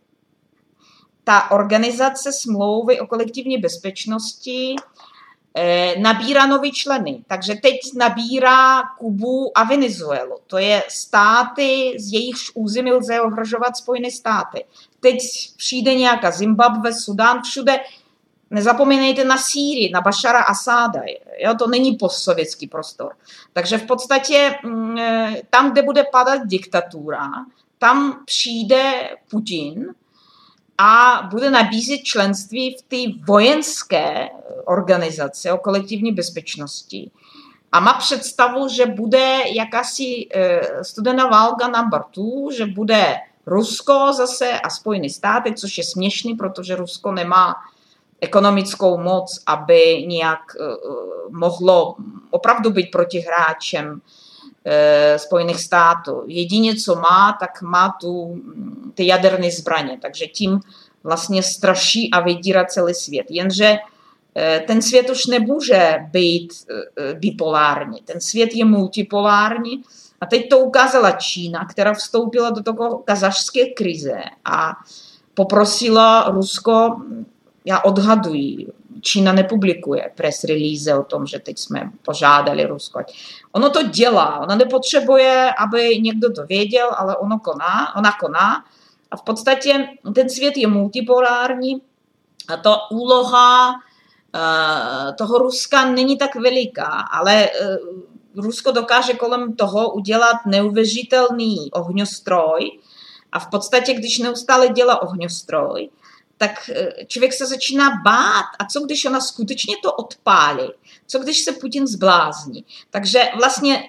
S2: Ta organizace smlouvy o kolektivní bezpečnosti nabírá nový členy. Takže teď nabírá Kubu a Venezuelu. To je státy, z jejichž území lze ohrožovat Spojené státy. Teď přijde nějaká Zimbabwe, Sudán, všude. Nezapomínejte na Sýrii, na Bašara Asáda. Jo, to není postsovětský prostor. Takže v podstatě tam, kde bude padat diktatura, tam přijde Putin a bude nabízet členství v té vojenské organizaci o kolektivní bezpečnosti. A má představu, že bude jakási studená válka number two, že bude Rusko zase a Spojené státy, což je směšný, protože Rusko nemá ekonomickou moc, aby nějak uh, mohlo opravdu být protihráčem uh, Spojených států. Jedině, co má, tak má tu, ty jaderné zbraně. Takže tím vlastně straší a vydírá celý svět. Jenže uh, ten svět už nemůže být uh, bipolární. Ten svět je multipolární. A teď to ukázala Čína, která vstoupila do toho kazašské krize a poprosila Rusko. Já odhaduji, Čína nepublikuje press release o tom, že teď jsme požádali Rusko. Ono to dělá, ona nepotřebuje, aby někdo to věděl, ale ono koná, ona koná. A v podstatě ten svět je multipolární a ta úloha uh, toho Ruska není tak veliká, ale uh, Rusko dokáže kolem toho udělat neuvěřitelný ohňostroj a v podstatě, když neustále dělá ohňostroj, tak člověk se začíná bát. A co když ona skutečně to odpálí? Co když se Putin zblázní? Takže vlastně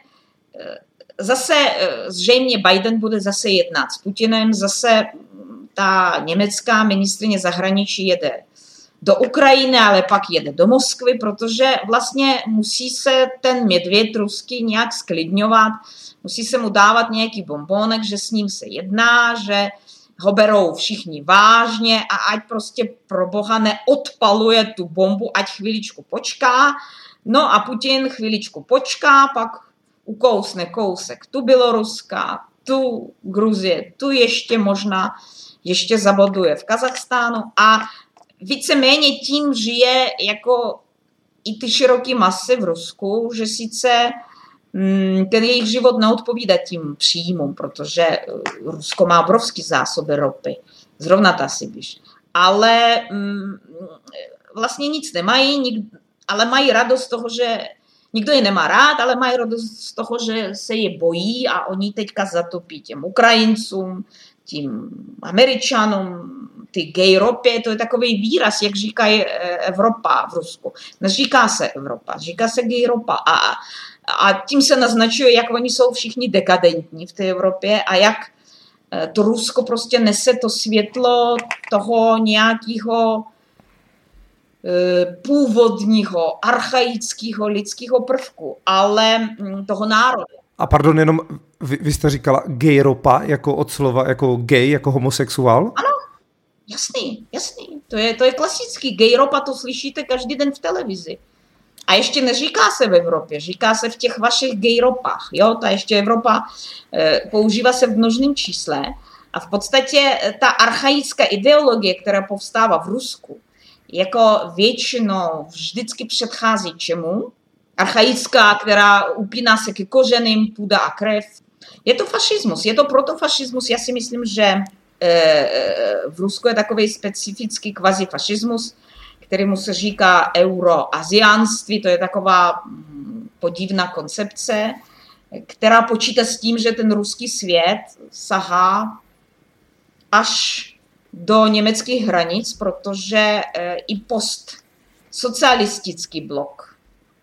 S2: zase zřejmě Biden bude zase jednat s Putinem, zase ta německá ministryně zahraničí jede do Ukrajiny, ale pak jede do Moskvy, protože vlastně musí se ten medvěd ruský nějak sklidňovat, musí se mu dávat nějaký bonbónek, že s ním se jedná, že ho berou všichni vážně a ať prostě pro boha neodpaluje tu bombu, ať chviličku počká. No a Putin chviličku počká, pak ukousne kousek tu Běloruska, tu Gruzie, tu ještě možná ještě zaboduje v Kazachstánu a víceméně tím žije jako i ty široké masy v Rusku, že sice ten jejich život neodpovídá tím příjmům, protože Rusko má obrovské zásoby ropy, zrovna ta Sibiř. Ale vlastně nic nemají, ale mají radost z toho, že nikdo je nemá rád, ale mají radost z toho, že se je bojí a oni teďka zatopí těm Ukrajincům, tím Američanům, ty gejropy, to je takový výraz, jak říkají Evropa v Rusku. Neříká se Evropa, říká se gejropa. A, a tím se naznačuje, jak oni jsou všichni dekadentní v té Evropě a jak to Rusko prostě nese to světlo toho nějakého původního, archaického lidského prvku, ale toho národa.
S1: A pardon, jenom vy, vy jste říkala gejropa jako od slova, jako gay, jako homosexuál?
S2: Ano, jasný, jasný. To je, to je klasický. Gejropa to slyšíte každý den v televizi. A ještě neříká se v Evropě, říká se v těch vašich gejropách. Jo? Ta ještě Evropa e, používá se v množném čísle. A v podstatě ta archaická ideologie, která povstává v Rusku, jako většinou vždycky předchází čemu? Archaická, která upíná se ke kořenům, půda a krev. Je to fašismus, je to protofašismus. Já si myslím, že v Rusku je takový specifický kvazifašismus, kterému se říká euroaziánství. To je taková podivná koncepce, která počítá s tím, že ten ruský svět sahá až do německých hranic, protože i postsocialistický blok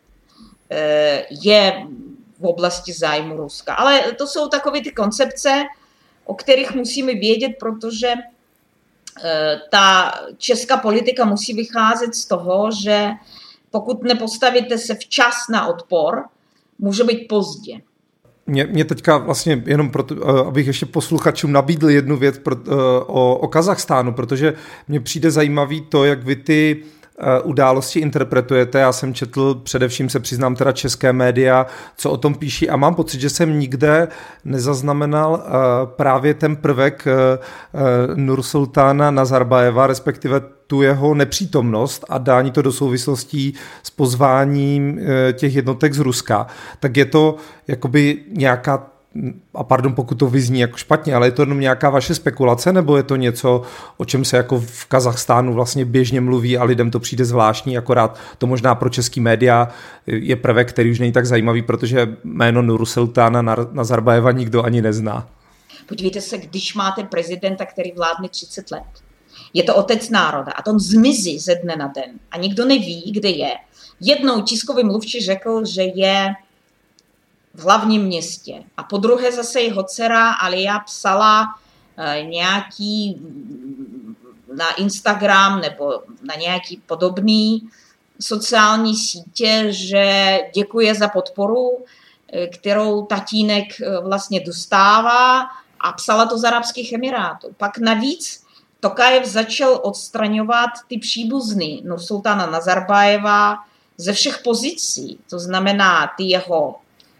S2: je v oblasti zájmu Ruska. Ale to jsou takové ty koncepce, o kterých musíme vědět, protože ta česká politika musí vycházet z toho, že pokud nepostavíte se včas na odpor, může být pozdě.
S1: Mě, mě teďka vlastně jenom proto, abych ještě posluchačům nabídl jednu věc pro, o, o Kazachstánu, protože mně přijde zajímavý to, jak vy ty události interpretujete. Já jsem četl, především se přiznám teda české média, co o tom píší a mám pocit, že jsem nikde nezaznamenal právě ten prvek Nursultána Nazarbajeva, respektive tu jeho nepřítomnost a dání to do souvislostí s pozváním těch jednotek z Ruska. Tak je to jakoby nějaká, a pardon, pokud to vyzní jako špatně, ale je to jenom nějaká vaše spekulace, nebo je to něco, o čem se jako v Kazachstánu vlastně běžně mluví a lidem to přijde zvláštní, akorát to možná pro český média je prvek, který už není tak zajímavý, protože jméno Nursultána Nazarbajeva nikdo ani nezná.
S2: Podívejte se, když máte prezidenta, který vládne třicet let, je to otec národa a on zmizí ze dne na den a nikdo neví, kde je. Jednou tiskový mluvčí řekl, že je v hlavním městě. A po druhé zase jeho dcera Alia psala e, nějaký na Instagram nebo na nějaký podobný sociální sítě, že děkuje za podporu, e, kterou tatínek e, vlastně dostává a psala to z Arabských Emirátů. Pak navíc Tokajev začal odstraňovat ty příbuzný Nursultána Nazarbajeva ze všech pozicí. To znamená ty jeho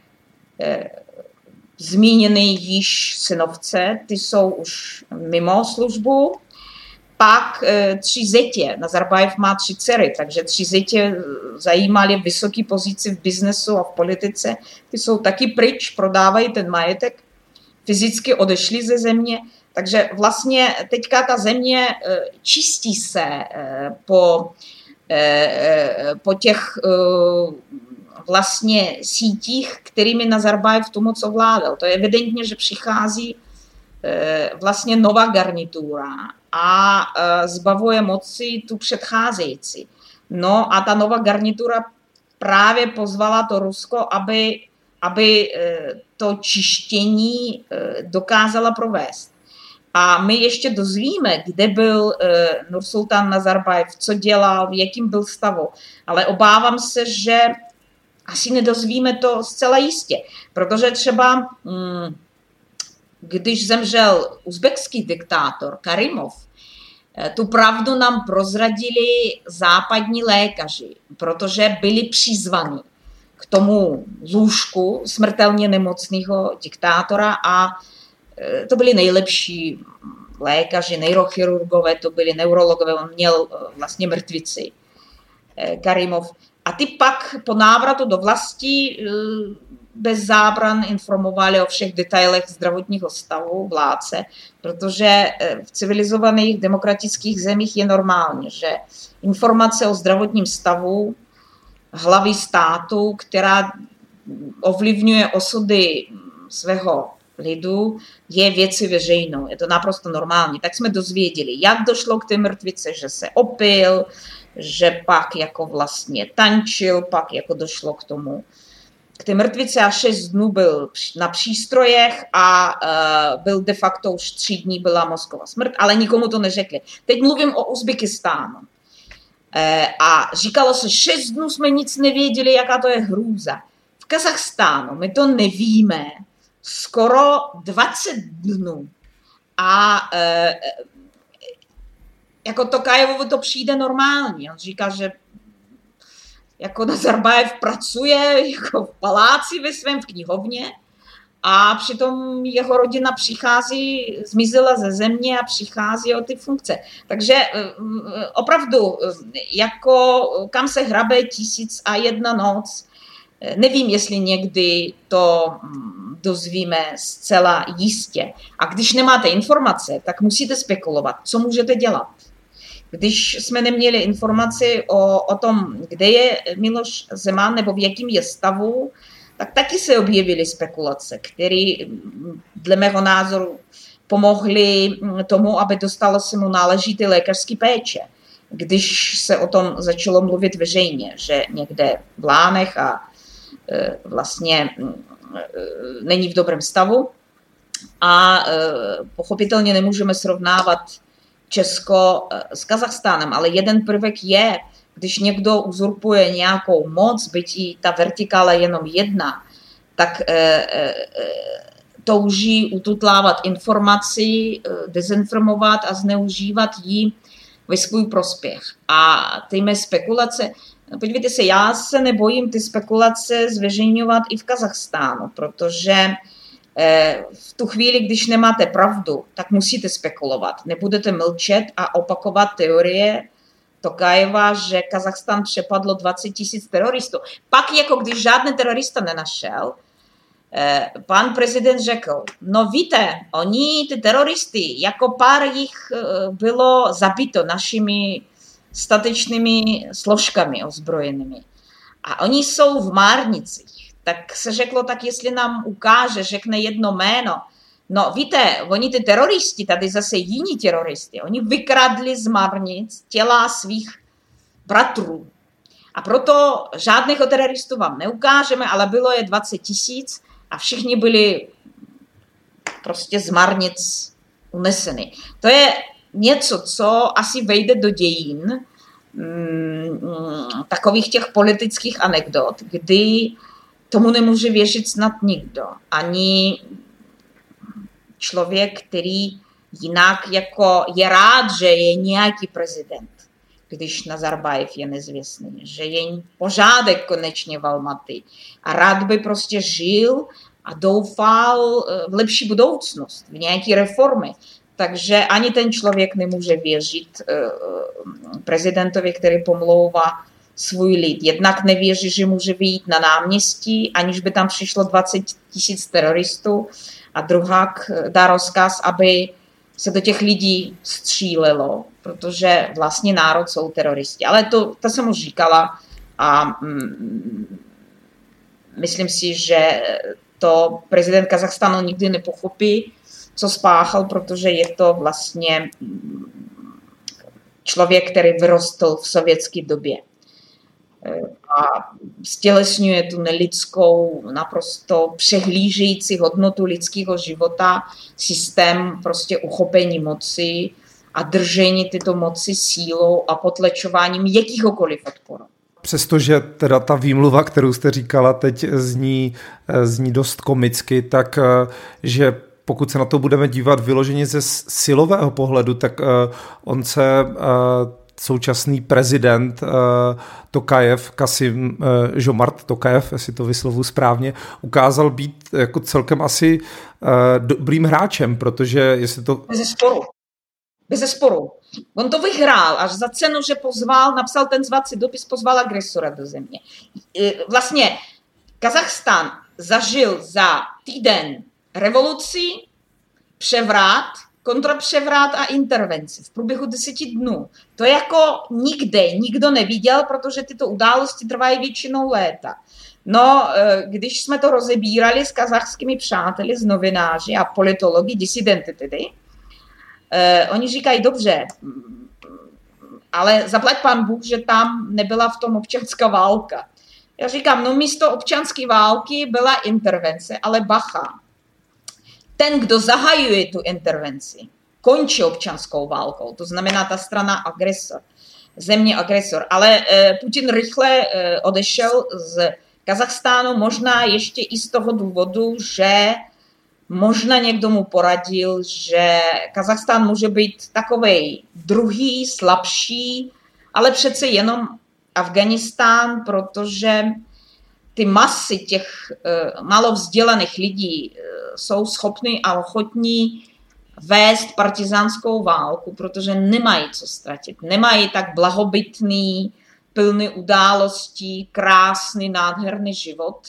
S2: zmíněný již synovce, ty jsou už mimo službu. Pak tři zetě, Nazarbajev má tři dcery, takže tři zetě zajímaly vysoké pozici v biznesu a v politice. Ty jsou taky pryč, prodávají ten majetek, fyzicky odešli ze země. Takže vlastně teďka ta země čistí se po, po těch vlastně sítích, kterými Nazarbajev tu moc ovládal. To je evidentně, že přichází e, vlastně nová garnitura a e, zbavuje moci tu předcházející. No a ta nová garnitura právě pozvala to Rusko, aby, aby e, to čištění e, dokázala provést. A my ještě dozvíme, kde byl e, Nursultán Nazarbajev, co dělal, v jakým byl stavu. Ale obávám se, že asi nedozvíme to zcela jistě, protože třeba, když zemřel uzbekský diktátor Karimov, tu pravdu nám prozradili západní lékaři, protože byli přizvaní k tomu lůžku smrtelně nemocného diktátora a to byli nejlepší lékaři, neurochirurgové, to byli neurologové, on měl vlastně mrtvici, Karimov. A ty pak po návratu do vlasti bez zábran informovali o všech detailech zdravotního stavu vládce, protože v civilizovaných demokratických zemích je normálně, že informace o zdravotním stavu hlavy státu, která ovlivňuje osudy svého lidu je věci veřejnou. Je to naprosto normální. Tak jsme dozvěděli, jak došlo k té mrtvice, že se opil, že pak jako vlastně tančil, pak jako došlo k tomu, k té mrtvice a šest dnů byl na přístrojech a uh, byl de facto už tři dní byla mozková smrt, ale nikomu to neřekli. Teď mluvím o Uzbekistánu. Uh, a říkalo se, šest dnů jsme nic nevěděli, jaká to je hrůza. V Kazachstánu my to nevíme skoro dvacet dnů. A uh, jako Tokajevovi to přijde normální. On říká, že jako Nazarbájev pracuje jako v paláci ve svém v knihovně a přitom jeho rodina přichází, zmizela ze země a přichází o ty funkce. Takže opravdu, jako kam se hrabe tisíc a jedna noc, nevím, jestli někdy to dozvíme zcela jistě. A když nemáte informace, tak musíte spekulovat, co můžete dělat. Když jsme neměli informaci o, o tom, kde je Miloš Zeman nebo v jakém je stavu, tak taky se objevily spekulace, které dle mého názoru pomohly tomu, aby dostalo se mu náležitý lékařský péče. Když se o tom začalo mluvit veřejně, že někde v Lánech a e, vlastně e, není v dobrém stavu a e, pochopitelně nemůžeme srovnávat Česko s Kazachstánem, ale jeden prvek je, když někdo uzurpuje nějakou moc, byť i ta vertikála je jenom jedna, tak e, e, touží ututlávat informaci, dezinformovat a zneužívat ji ve svůj prospěch. A ty mé spekulace, podívejte se, já se nebojím ty spekulace zveřejňovat i v Kazachstánu, protože v tu chvíli, když nemáte pravdu, tak musíte spekulovat. Nebudete mlčet a opakovat teorie Tokajeva, že Kazachstán přepadlo dvacet tisíc teroristů. Pak, jako když žádný terorista nenašel, pan prezident řekl, no víte, oni, ty teroristy, jako pár jich bylo zabito našimi statečnými složkami ozbrojenými. A oni jsou v Márnicích. Tak se řeklo, tak jestli nám ukáže, řekne jedno jméno. No víte, oni ty teroristi, tady zase jiní teroristi, oni vykradli z Márnic těla svých bratrů. A proto žádného teroristů vám neukážeme, ale bylo je dvacet tisíc a všichni byli prostě z Márnic uneseny. To je něco, co asi vejde do dějin mm, takových těch politických anekdot, kdy tomu nemůže věřit snad nikdo. Ani člověk, který jinak jako je rád, že je nějaký prezident, když Nazarbájev je nezvěstný, že je pořádek konečně v Almaty a rád by prostě žil a doufal v lepší budoucnost, v nějaké reformy. Takže ani ten člověk nemůže věřit prezidentovi, který pomlouvá svůj lid. Jednak nevěří, že může vyjít na náměstí, aniž by tam přišlo dvacet tisíc teroristů, a druhák dá rozkaz, aby se do těch lidí střílelo, protože vlastně národ jsou teroristi. Ale to, to jsem už říkala a mm, myslím si, že to prezident Kazachstánu nikdy nepochopí, co spáchal, protože je to vlastně člověk, který vyrostl v sovětské době. A stělesňuje tu nelidskou, naprosto přehlížející hodnotu lidského života, systém prostě uchopení moci a držení tyto moci sílou a potlačováním jakýhokoliv odporu.
S1: Přestože teda ta výmluva, kterou jste říkala, teď zní, zní dost komicky, tak že pokud se na to budeme dívat vyloženě ze silového pohledu, tak on se současný prezident uh, Tokajev, Kasim uh, Žomart Tokajev, jestli to vyslovu správně, ukázal být jako celkem asi uh, dobrým hráčem, protože jestli to...
S2: Bez sporu. Bez sporu. On to vyhrál až za cenu, že pozval, napsal ten zvací dopis, pozval agresora do země. Vlastně Kazachstán zažil za týden revoluci, převrat, kontrapřevrat a intervenci v průběhu deseti dnů. To jako nikde nikdo neviděl, protože tyto události trvají většinou léta. No, když jsme to rozebírali s kazachskými přáteli, s novináři a politologi, disidenty tedy, oni říkají, dobře, ale zaplať pán Bůh, že tam nebyla v tom občanská válka. Já říkám, no místo občanské války byla intervence, ale bacha. Ten, kdo zahajuje tu intervenci, končí občanskou válkou, to znamená ta strana agresor, země agresor. Ale e, Putin rychle e, odešel z Kazachstánu, možná ještě i z toho důvodu, že možná někdo mu poradil, že Kazachstán může být takovej druhý, slabší, ale přece jenom Afghánistán, protože ty masy těch uh, málo vzdělaných lidí uh, jsou schopni a ochotní vést partizánskou válku, protože nemají co ztratit. Nemají tak blahobytný, plný událostí, krásný, nádherný život,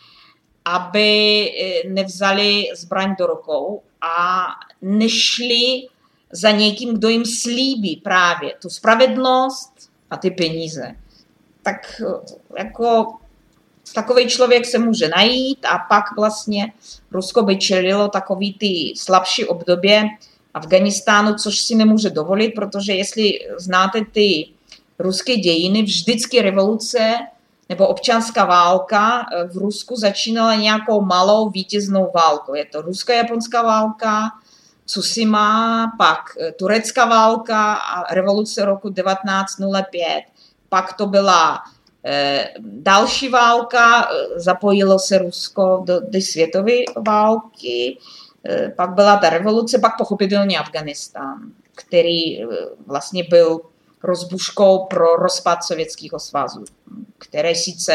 S2: aby nevzali zbraň do rukou a nešli za někým, kdo jim slíbí právě tu spravedlnost a ty peníze. Tak jako takový člověk se může najít a pak vlastně Rusko by čelilo takový ty slabší období Afghánistánu, což si nemůže dovolit, protože jestli znáte ty ruské dějiny, vždycky revoluce nebo občanská válka v Rusku začínala nějakou malou vítěznou válkou. Je to rusko-japonská válka, Tsushima, pak turecká válka a revoluce roku devatenáct nula pět. Pak to byla eh, další válka, zapojilo se Rusko do, do světové války, eh, pak byla ta revoluce, pak pochopitelně Afghánistán, který eh, vlastně byl rozbuškou pro rozpad Sovětského svazu, které sice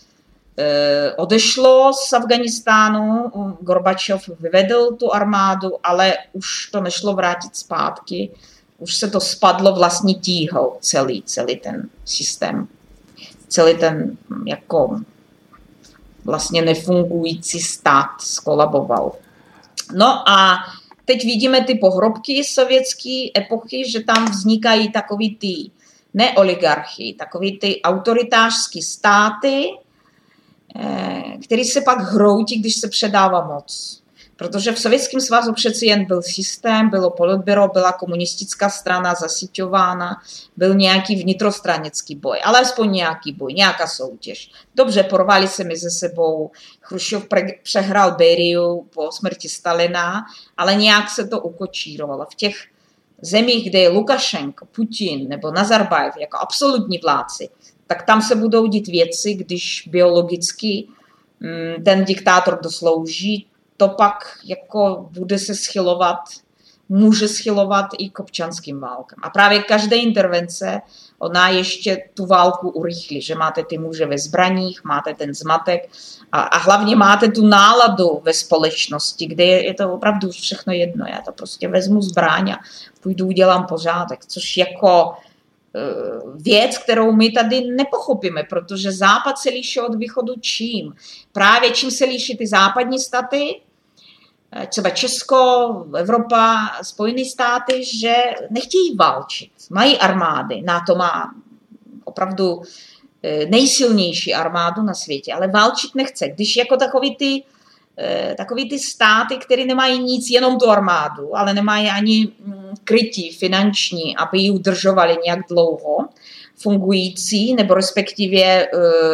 S2: e, odešlo z Afghánistánu, Gorbačov vyvedl tu armádu, ale už to nešlo vrátit zpátky, už se to spadlo vlastní tíhou, celý, celý ten systém, celý ten jako vlastně nefungující stát skolaboval. No a teď vidíme ty pohrobky sovětské epochy, že tam vznikají takový ty neoligarchy, takový ty autoritářské státy, které se pak hroutí, když se předává moc. Protože v Sovětském svazu přeci jen byl systém, bylo politbyro, byla komunistická strana zasíťována, byl nějaký vnitrostranický boj, ale aspoň nějaký boj, nějaká soutěž. Dobře, porvali se mezi sebou, Chruščov přehrál Beriu po smrti Stalina, ale nějak se to ukočírovalo. V těch zemích, kde je Lukašenko, Putin nebo Nazarbajev jako absolutní vládci, tak tam se budou dít věci, když biologicky ten diktátor doslouží, to pak jako bude se schylovat, může schylovat i k občanským válkám. A právě každá intervence, ona ještě tu válku urychlí, že máte ty muže ve zbraních, máte ten zmatek a, a hlavně máte tu náladu ve společnosti, kde je, je to opravdu všechno jedno. Já to prostě vezmu zbraň a půjdu, udělám pořádek, což jako věc, kterou my tady nepochopíme, protože Západ se liší od východu čím? Právě čím se liší ty západní státy, třeba Česko, Evropa, Spojené státy, že nechtějí válčit. Mají armády, NATO má opravdu nejsilnější armádu na světě, ale válčit nechce. Když jako takový ty, takový ty státy, které nemají nic, jenom tu armádu, ale nemají ani krytí finanční, aby ji udržovali nějak dlouho, fungující, nebo respektive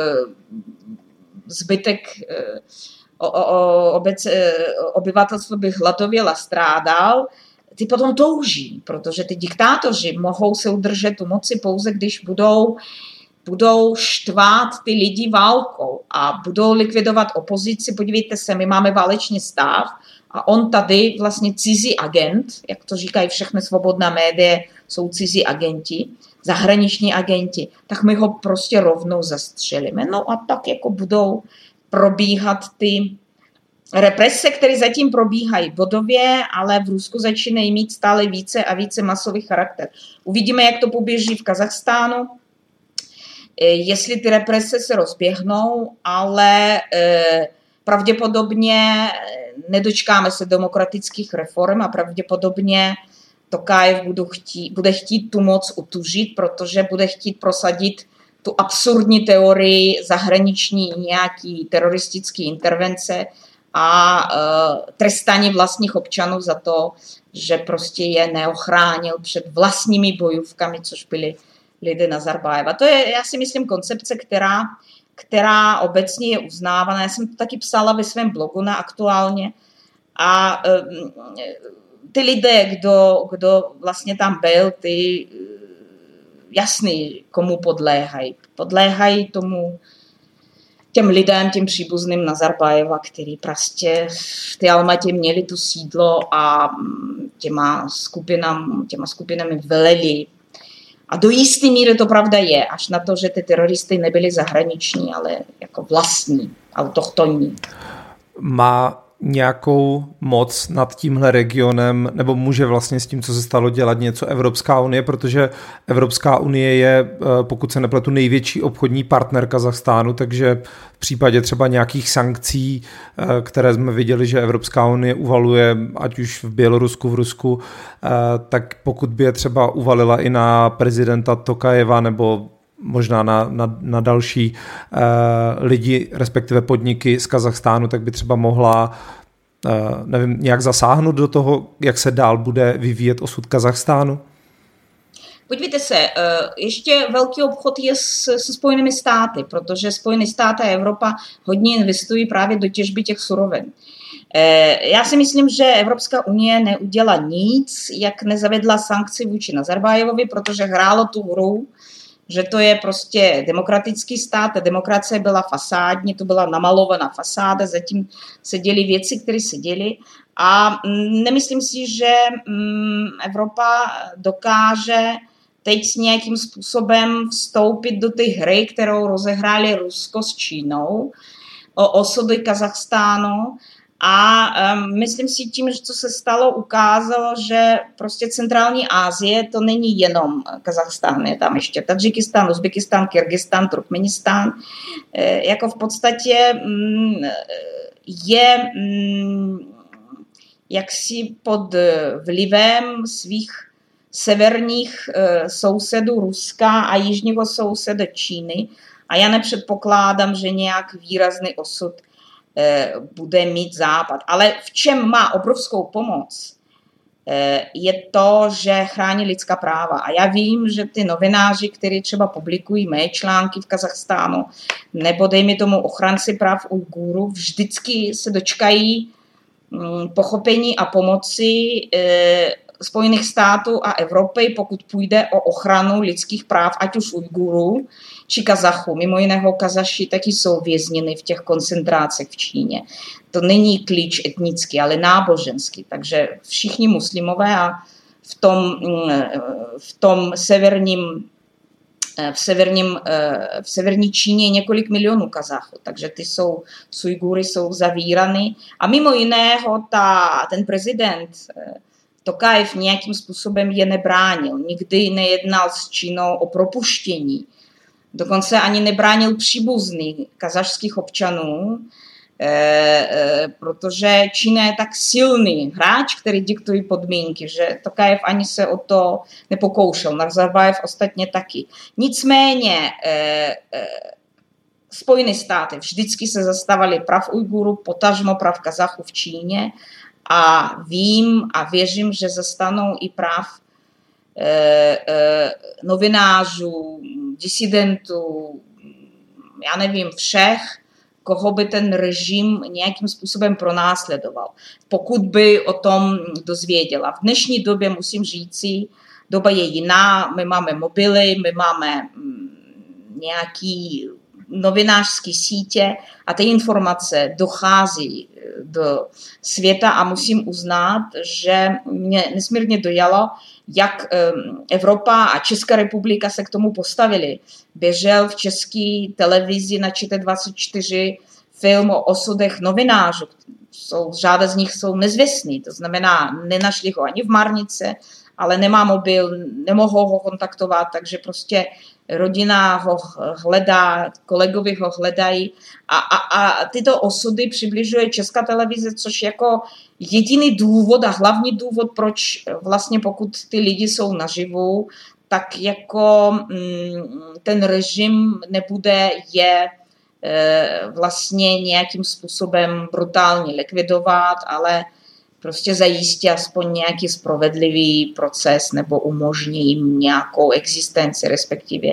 S2: zbytek o, o, obec, obyvatelstvo by hladověl a strádal, ty potom touží, protože ty diktátoři mohou se udržet u moci pouze, když budou, budou štvát ty lidi válkou a budou likvidovat opozici. Podívejte se, my máme válečný stav a on tady vlastně cizí agent, jak to říkají všechny svobodná média, jsou cizí agenti, zahraniční agenti, tak my ho prostě rovnou zastřelíme. No a tak jako budou probíhat ty represe, které zatím probíhají bodově, ale v Rusku začínají mít stále více a více masový charakter. Uvidíme, jak to poběží v Kazachstánu, jestli ty represe se rozběhnou, ale eh, pravděpodobně nedočkáme se demokratických reform a pravděpodobně Tokajev bude chtít, bude chtít tu moc utužit, protože bude chtít prosadit tu absurdní teorii zahraniční nějaký teroristický intervence a uh, trestání vlastních občanů za to, že prostě je neochránil před vlastními bojůvkami, což byli lidé Nazarbájeva. To je, já si myslím, koncepce, která, která obecně je uznávaná. Já jsem to taky psala ve svém blogu na Aktuálně. A um, ty lidé, kdo, kdo vlastně tam byl, ty jasný, komu podléhají. Podléhají tomu těm lidem, těm příbuzným Nazarbájeva, který prostě v té Almatě měli tu sídlo a těma, skupinam, těma skupinami veleli. A do jisté míry to pravda je, až na to, že ty teroristy nebyli zahraniční, ale jako vlastní, autochtonní.
S1: Má nějakou moc nad tímhle regionem, nebo může vlastně s tím, co se stalo, dělat něco Evropská unie, protože Evropská unie je, pokud se nepletu, největší obchodní partner Kazachstánu, takže v případě třeba nějakých sankcí, které jsme viděli, že Evropská unie uvaluje, ať už v Bělorusku, v Rusku, tak pokud by je třeba uvalila i na prezidenta Tokajeva nebo možná na, na, na další uh, lidi, respektive podniky z Kazachstánu, tak by třeba mohla uh, nevím, nějak zasáhnout do toho, jak se dál bude vyvíjet osud Kazachstánu?
S2: Podívejte se, ještě velký obchod je se Spojenými státy, protože Spojené státy a Evropa hodně investují právě do těžby těch surovin. Já si myslím, že Evropská unie neudělá nic, jak nezavedla sankci vůči Nazarbájevovi, protože hrálo tu hru, že to je prostě demokratický stát, ta demokracie byla fasádní, to byla namalovaná fasáda, zatím se děly věci, které se děly a nemyslím si, že Evropa dokáže teď s nějakým způsobem vstoupit do té hry, kterou rozehráli Rusko s Čínou o osudy Kazachstánu. A um, myslím si tím, že co se stalo, ukázalo, že prostě centrální Asie to není jenom Kazachstán, je tam ještě Tadžikistán, Uzbekistán, Kyrgyzstán, Turkmenistán. E, jako v podstatě mm, je mm, jaksi pod vlivem svých severních e, sousedů Ruska a jižního souseda Číny. A já nepředpokládám, že nějak výrazný osud bude mít Západ. Ale v čem má obrovskou pomoc, je to, že chrání lidská práva. A já vím, že ty novináři, kteří třeba publikují mé články v Kazachstánu, nebo dejme tomu ochránci práv Ujgurů, vždycky se dočkají pochopení a pomoci Spojených států a Evropy, pokud půjde o ochranu lidských práv, ať už Ujgurů, či Kazachů. Mimo jiného Kazaši taky jsou vězněni v těch koncentrácích v Číně. To není klíč etnický, ale náboženský. Takže všichni muslimové a v tom, v tom severním, v, severním, v severní Číně je několik milionů Kazachů. Takže ty jsou, Ujgury jsou zavíraný. A mimo jiného ta, ten prezident Tokajev nějakým způsobem je nebránil. Nikdy nejednal s Čínou o propuštění. Dokonce ani nebránil příbuzných kazašských občanů, eh, eh, protože Čína je tak silný hráč, který diktuje podmínky, že Tokajev ani se o to nepokoušel. Nazarbájev ostatně taky. Nicméně eh, eh, Spojené státy vždycky se zastávaly prav Ujgurů, potažmo prav Kazachů v Číně a vím a věřím, že zastanou i práv eh, eh, novinářů, disidentů, já nevím, všech, koho by ten režim nějakým způsobem pronásledoval, pokud by o tom dozvěděla. V dnešní době musím říci, doba je jiná, my máme mobily, my máme nějaký novinářské sítě a ty informace dochází do světa a musím uznat, že mě nesmírně dojalo, jak Evropa a Česká republika se k tomu postavili. Běžel v české televizi na Č T dvacet čtyři film o osudech novinářů. Jsou, řada z nich jsou nezvěstní, to znamená, nenašli ho ani v Marnice, ale nemá mobil, nemohou ho kontaktovat, takže prostě rodina ho hledá, kolegovi ho hledají a, a, a tyto osudy přibližuje Česká televize, což jako jediný důvod a hlavní důvod, proč vlastně pokud ty lidi jsou naživu, tak jako ten režim nebude je vlastně nějakým způsobem brutálně likvidovat, ale prostě zajistí aspoň nějaký spravedlivý proces nebo umožní jim nějakou existenci, respektive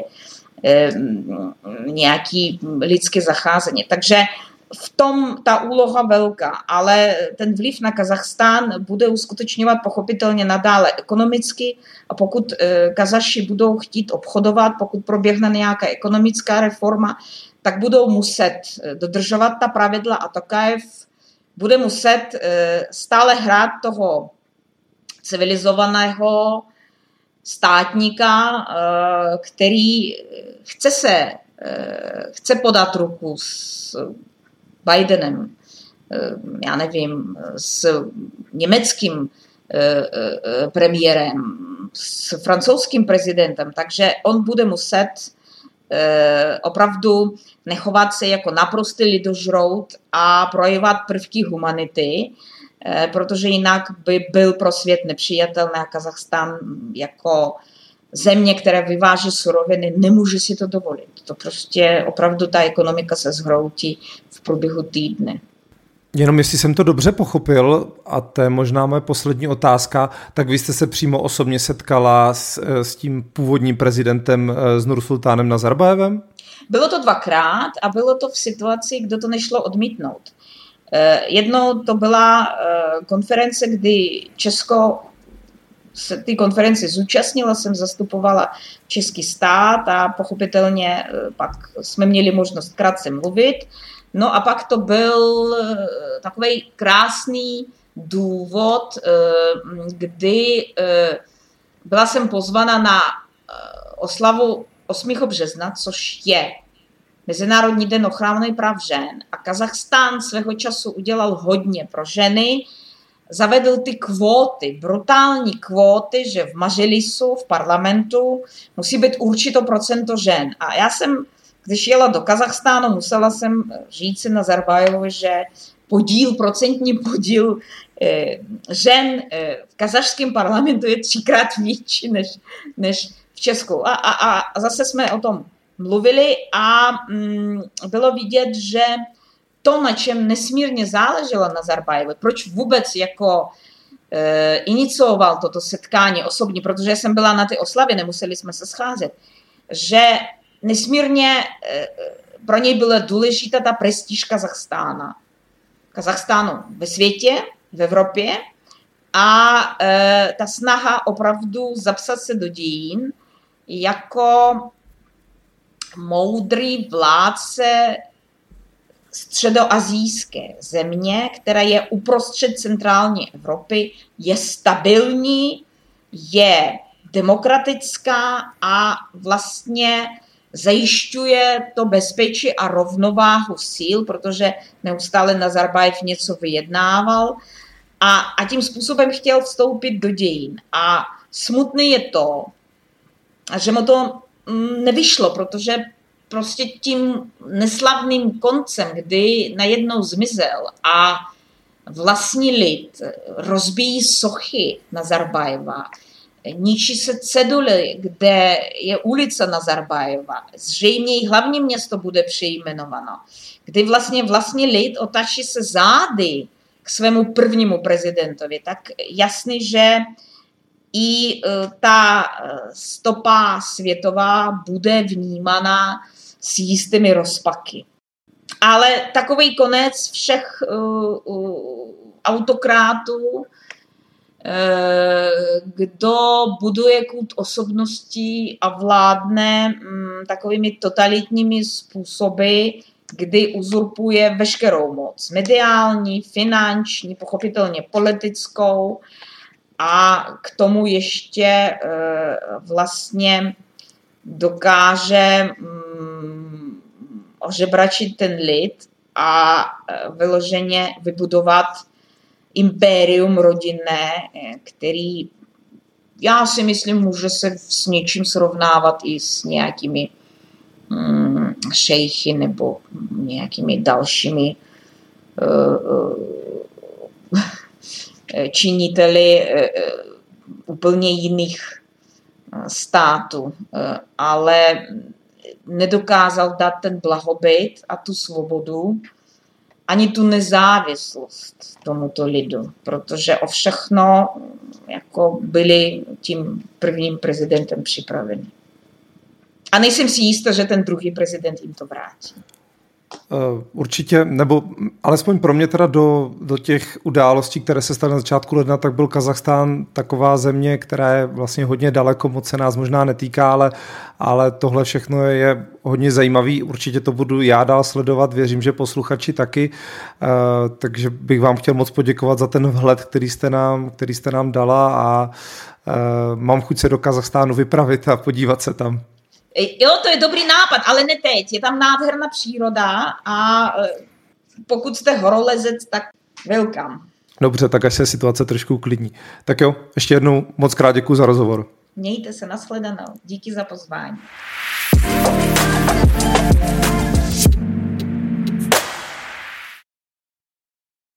S2: nějaký lidské zacházení. Takže v tom ta úloha velká, ale ten vliv na Kazachstán bude uskutečňovat pochopitelně nadále ekonomicky a pokud Kazaši budou chtít obchodovat, pokud proběhne nějaká ekonomická reforma, tak budou muset dodržovat ta pravidla a Tokajev bude muset stále hrát toho civilizovaného státníka, který chce se, chce podat ruku s Bidenem, já nevím, s německým premiérem, s francouzským prezidentem, takže on bude muset opravdu nechovat se jako naprostý lidožrout a projevovat prvky humanity, protože jinak by byl pro svět nepřijatelný a Kazachstán jako země, která vyváží suroviny, nemůže si to dovolit. To prostě opravdu ta ekonomika se zhroutí v průběhu týdne.
S1: Jenom jestli jsem to dobře pochopil, a to je možná moje poslední otázka, tak vy jste se přímo osobně setkala s, s tím původním prezidentem, s Nursultánem Nazarbajevem?
S2: Bylo to dvakrát a bylo to v situaci, kdy to nešlo odmítnout. Jednou to byla konference, kdy Česko se té konferenci zúčastnila, jsem zastupovala český stát a pochopitelně pak jsme měli možnost krátce mluvit. No a pak to byl takový krásný důvod, kdy byla jsem pozvána na oslavu osmého března, což je Mezinárodní den ochrany práv žen. A Kazachstán svého času udělal hodně pro ženy, zavedl ty kvóty, brutální kvóty, že v Maželisu, v parlamentu, musí být určitě procento žen. A já jsem, když jela do Kazachstánu, musela jsem říct si Nazarbajevovi, že podíl, procentní podíl eh, žen eh, v kazašském parlamentu je třikrát větší než, než v Česku. A, a, a zase jsme o tom mluvili a mm, bylo vidět, že to, na čem nesmírně záleželo Nazarbajevovi, proč vůbec jako e, inicioval toto setkání osobně, protože já jsem byla na té oslavě, nemuseli jsme se scházet, že nesmírně e, pro něj byla důležitá ta prestiž Kazachstána. Kazachstánu ve světě, v Evropě a e, ta snaha opravdu zapsat se do dějin jako moudrý vládce středoasijské země, která je uprostřed centrální Evropy, je stabilní, je demokratická a vlastně zajišťuje to bezpečí a rovnováhu síl, protože neustále Nazarbajev něco vyjednával a, a tím způsobem chtěl vstoupit do dějin. A smutný je to, že mu to nevyšlo, protože prostě tím neslavným koncem, kdy najednou zmizel a vlastní lid rozbíjí sochy Nazarbajeva, ničí se ceduly, kde je ulice Nazarbajeva, zřejmě i hlavní město bude přejmenováno, kdy vlastně vlastní lid otačí se zády k svému prvnímu prezidentovi, tak jasný, že i ta stopa světová bude vnímána s jistými rozpaky. Ale takový konec všech uh, uh, autokrátů, uh, kdo buduje kult osobností a vládne um, takovými totalitními způsoby, kdy uzurpuje veškerou moc. Mediální, finanční, pochopitelně politickou a k tomu ještě uh, vlastně dokáže um, ožebračit ten lid a uh, vyloženě vybudovat impérium rodinné, který, já si myslím, může se s něčím srovnávat i s nějakými um, šejchy nebo nějakými dalšími uh, uh, činiteli uh, úplně jiných státu, ale nedokázal dát ten blahobyt a tu svobodu, ani tu nezávislost tomuto lidu, protože o všechno jako byli tím prvním prezidentem připraveni. A nejsem si jistá, že ten druhý prezident jim to vrátí.
S1: Určitě, nebo alespoň pro mě teda do, do těch událostí, které se staly na začátku ledna, tak byl Kazachstán taková země, která je vlastně hodně daleko, moc se nás možná netýká, ale, ale tohle všechno je hodně zajímavý. Určitě to budu já dál sledovat, věřím, že posluchači taky, uh, takže bych vám chtěl moc poděkovat za ten vhled, který jste nám, který jste nám dala a uh, mám chuť se do Kazachstánu vypravit a podívat se tam.
S2: Jo, to je dobrý nápad, ale ne teď. Je tam nádherná příroda a pokud jste horolezec, tak welcome.
S1: Dobře, tak až se situace trošku uklidní. Tak jo, ještě jednou moc krát děkuji za rozhovor.
S2: Mějte se, nashledanou. Díky za pozvání.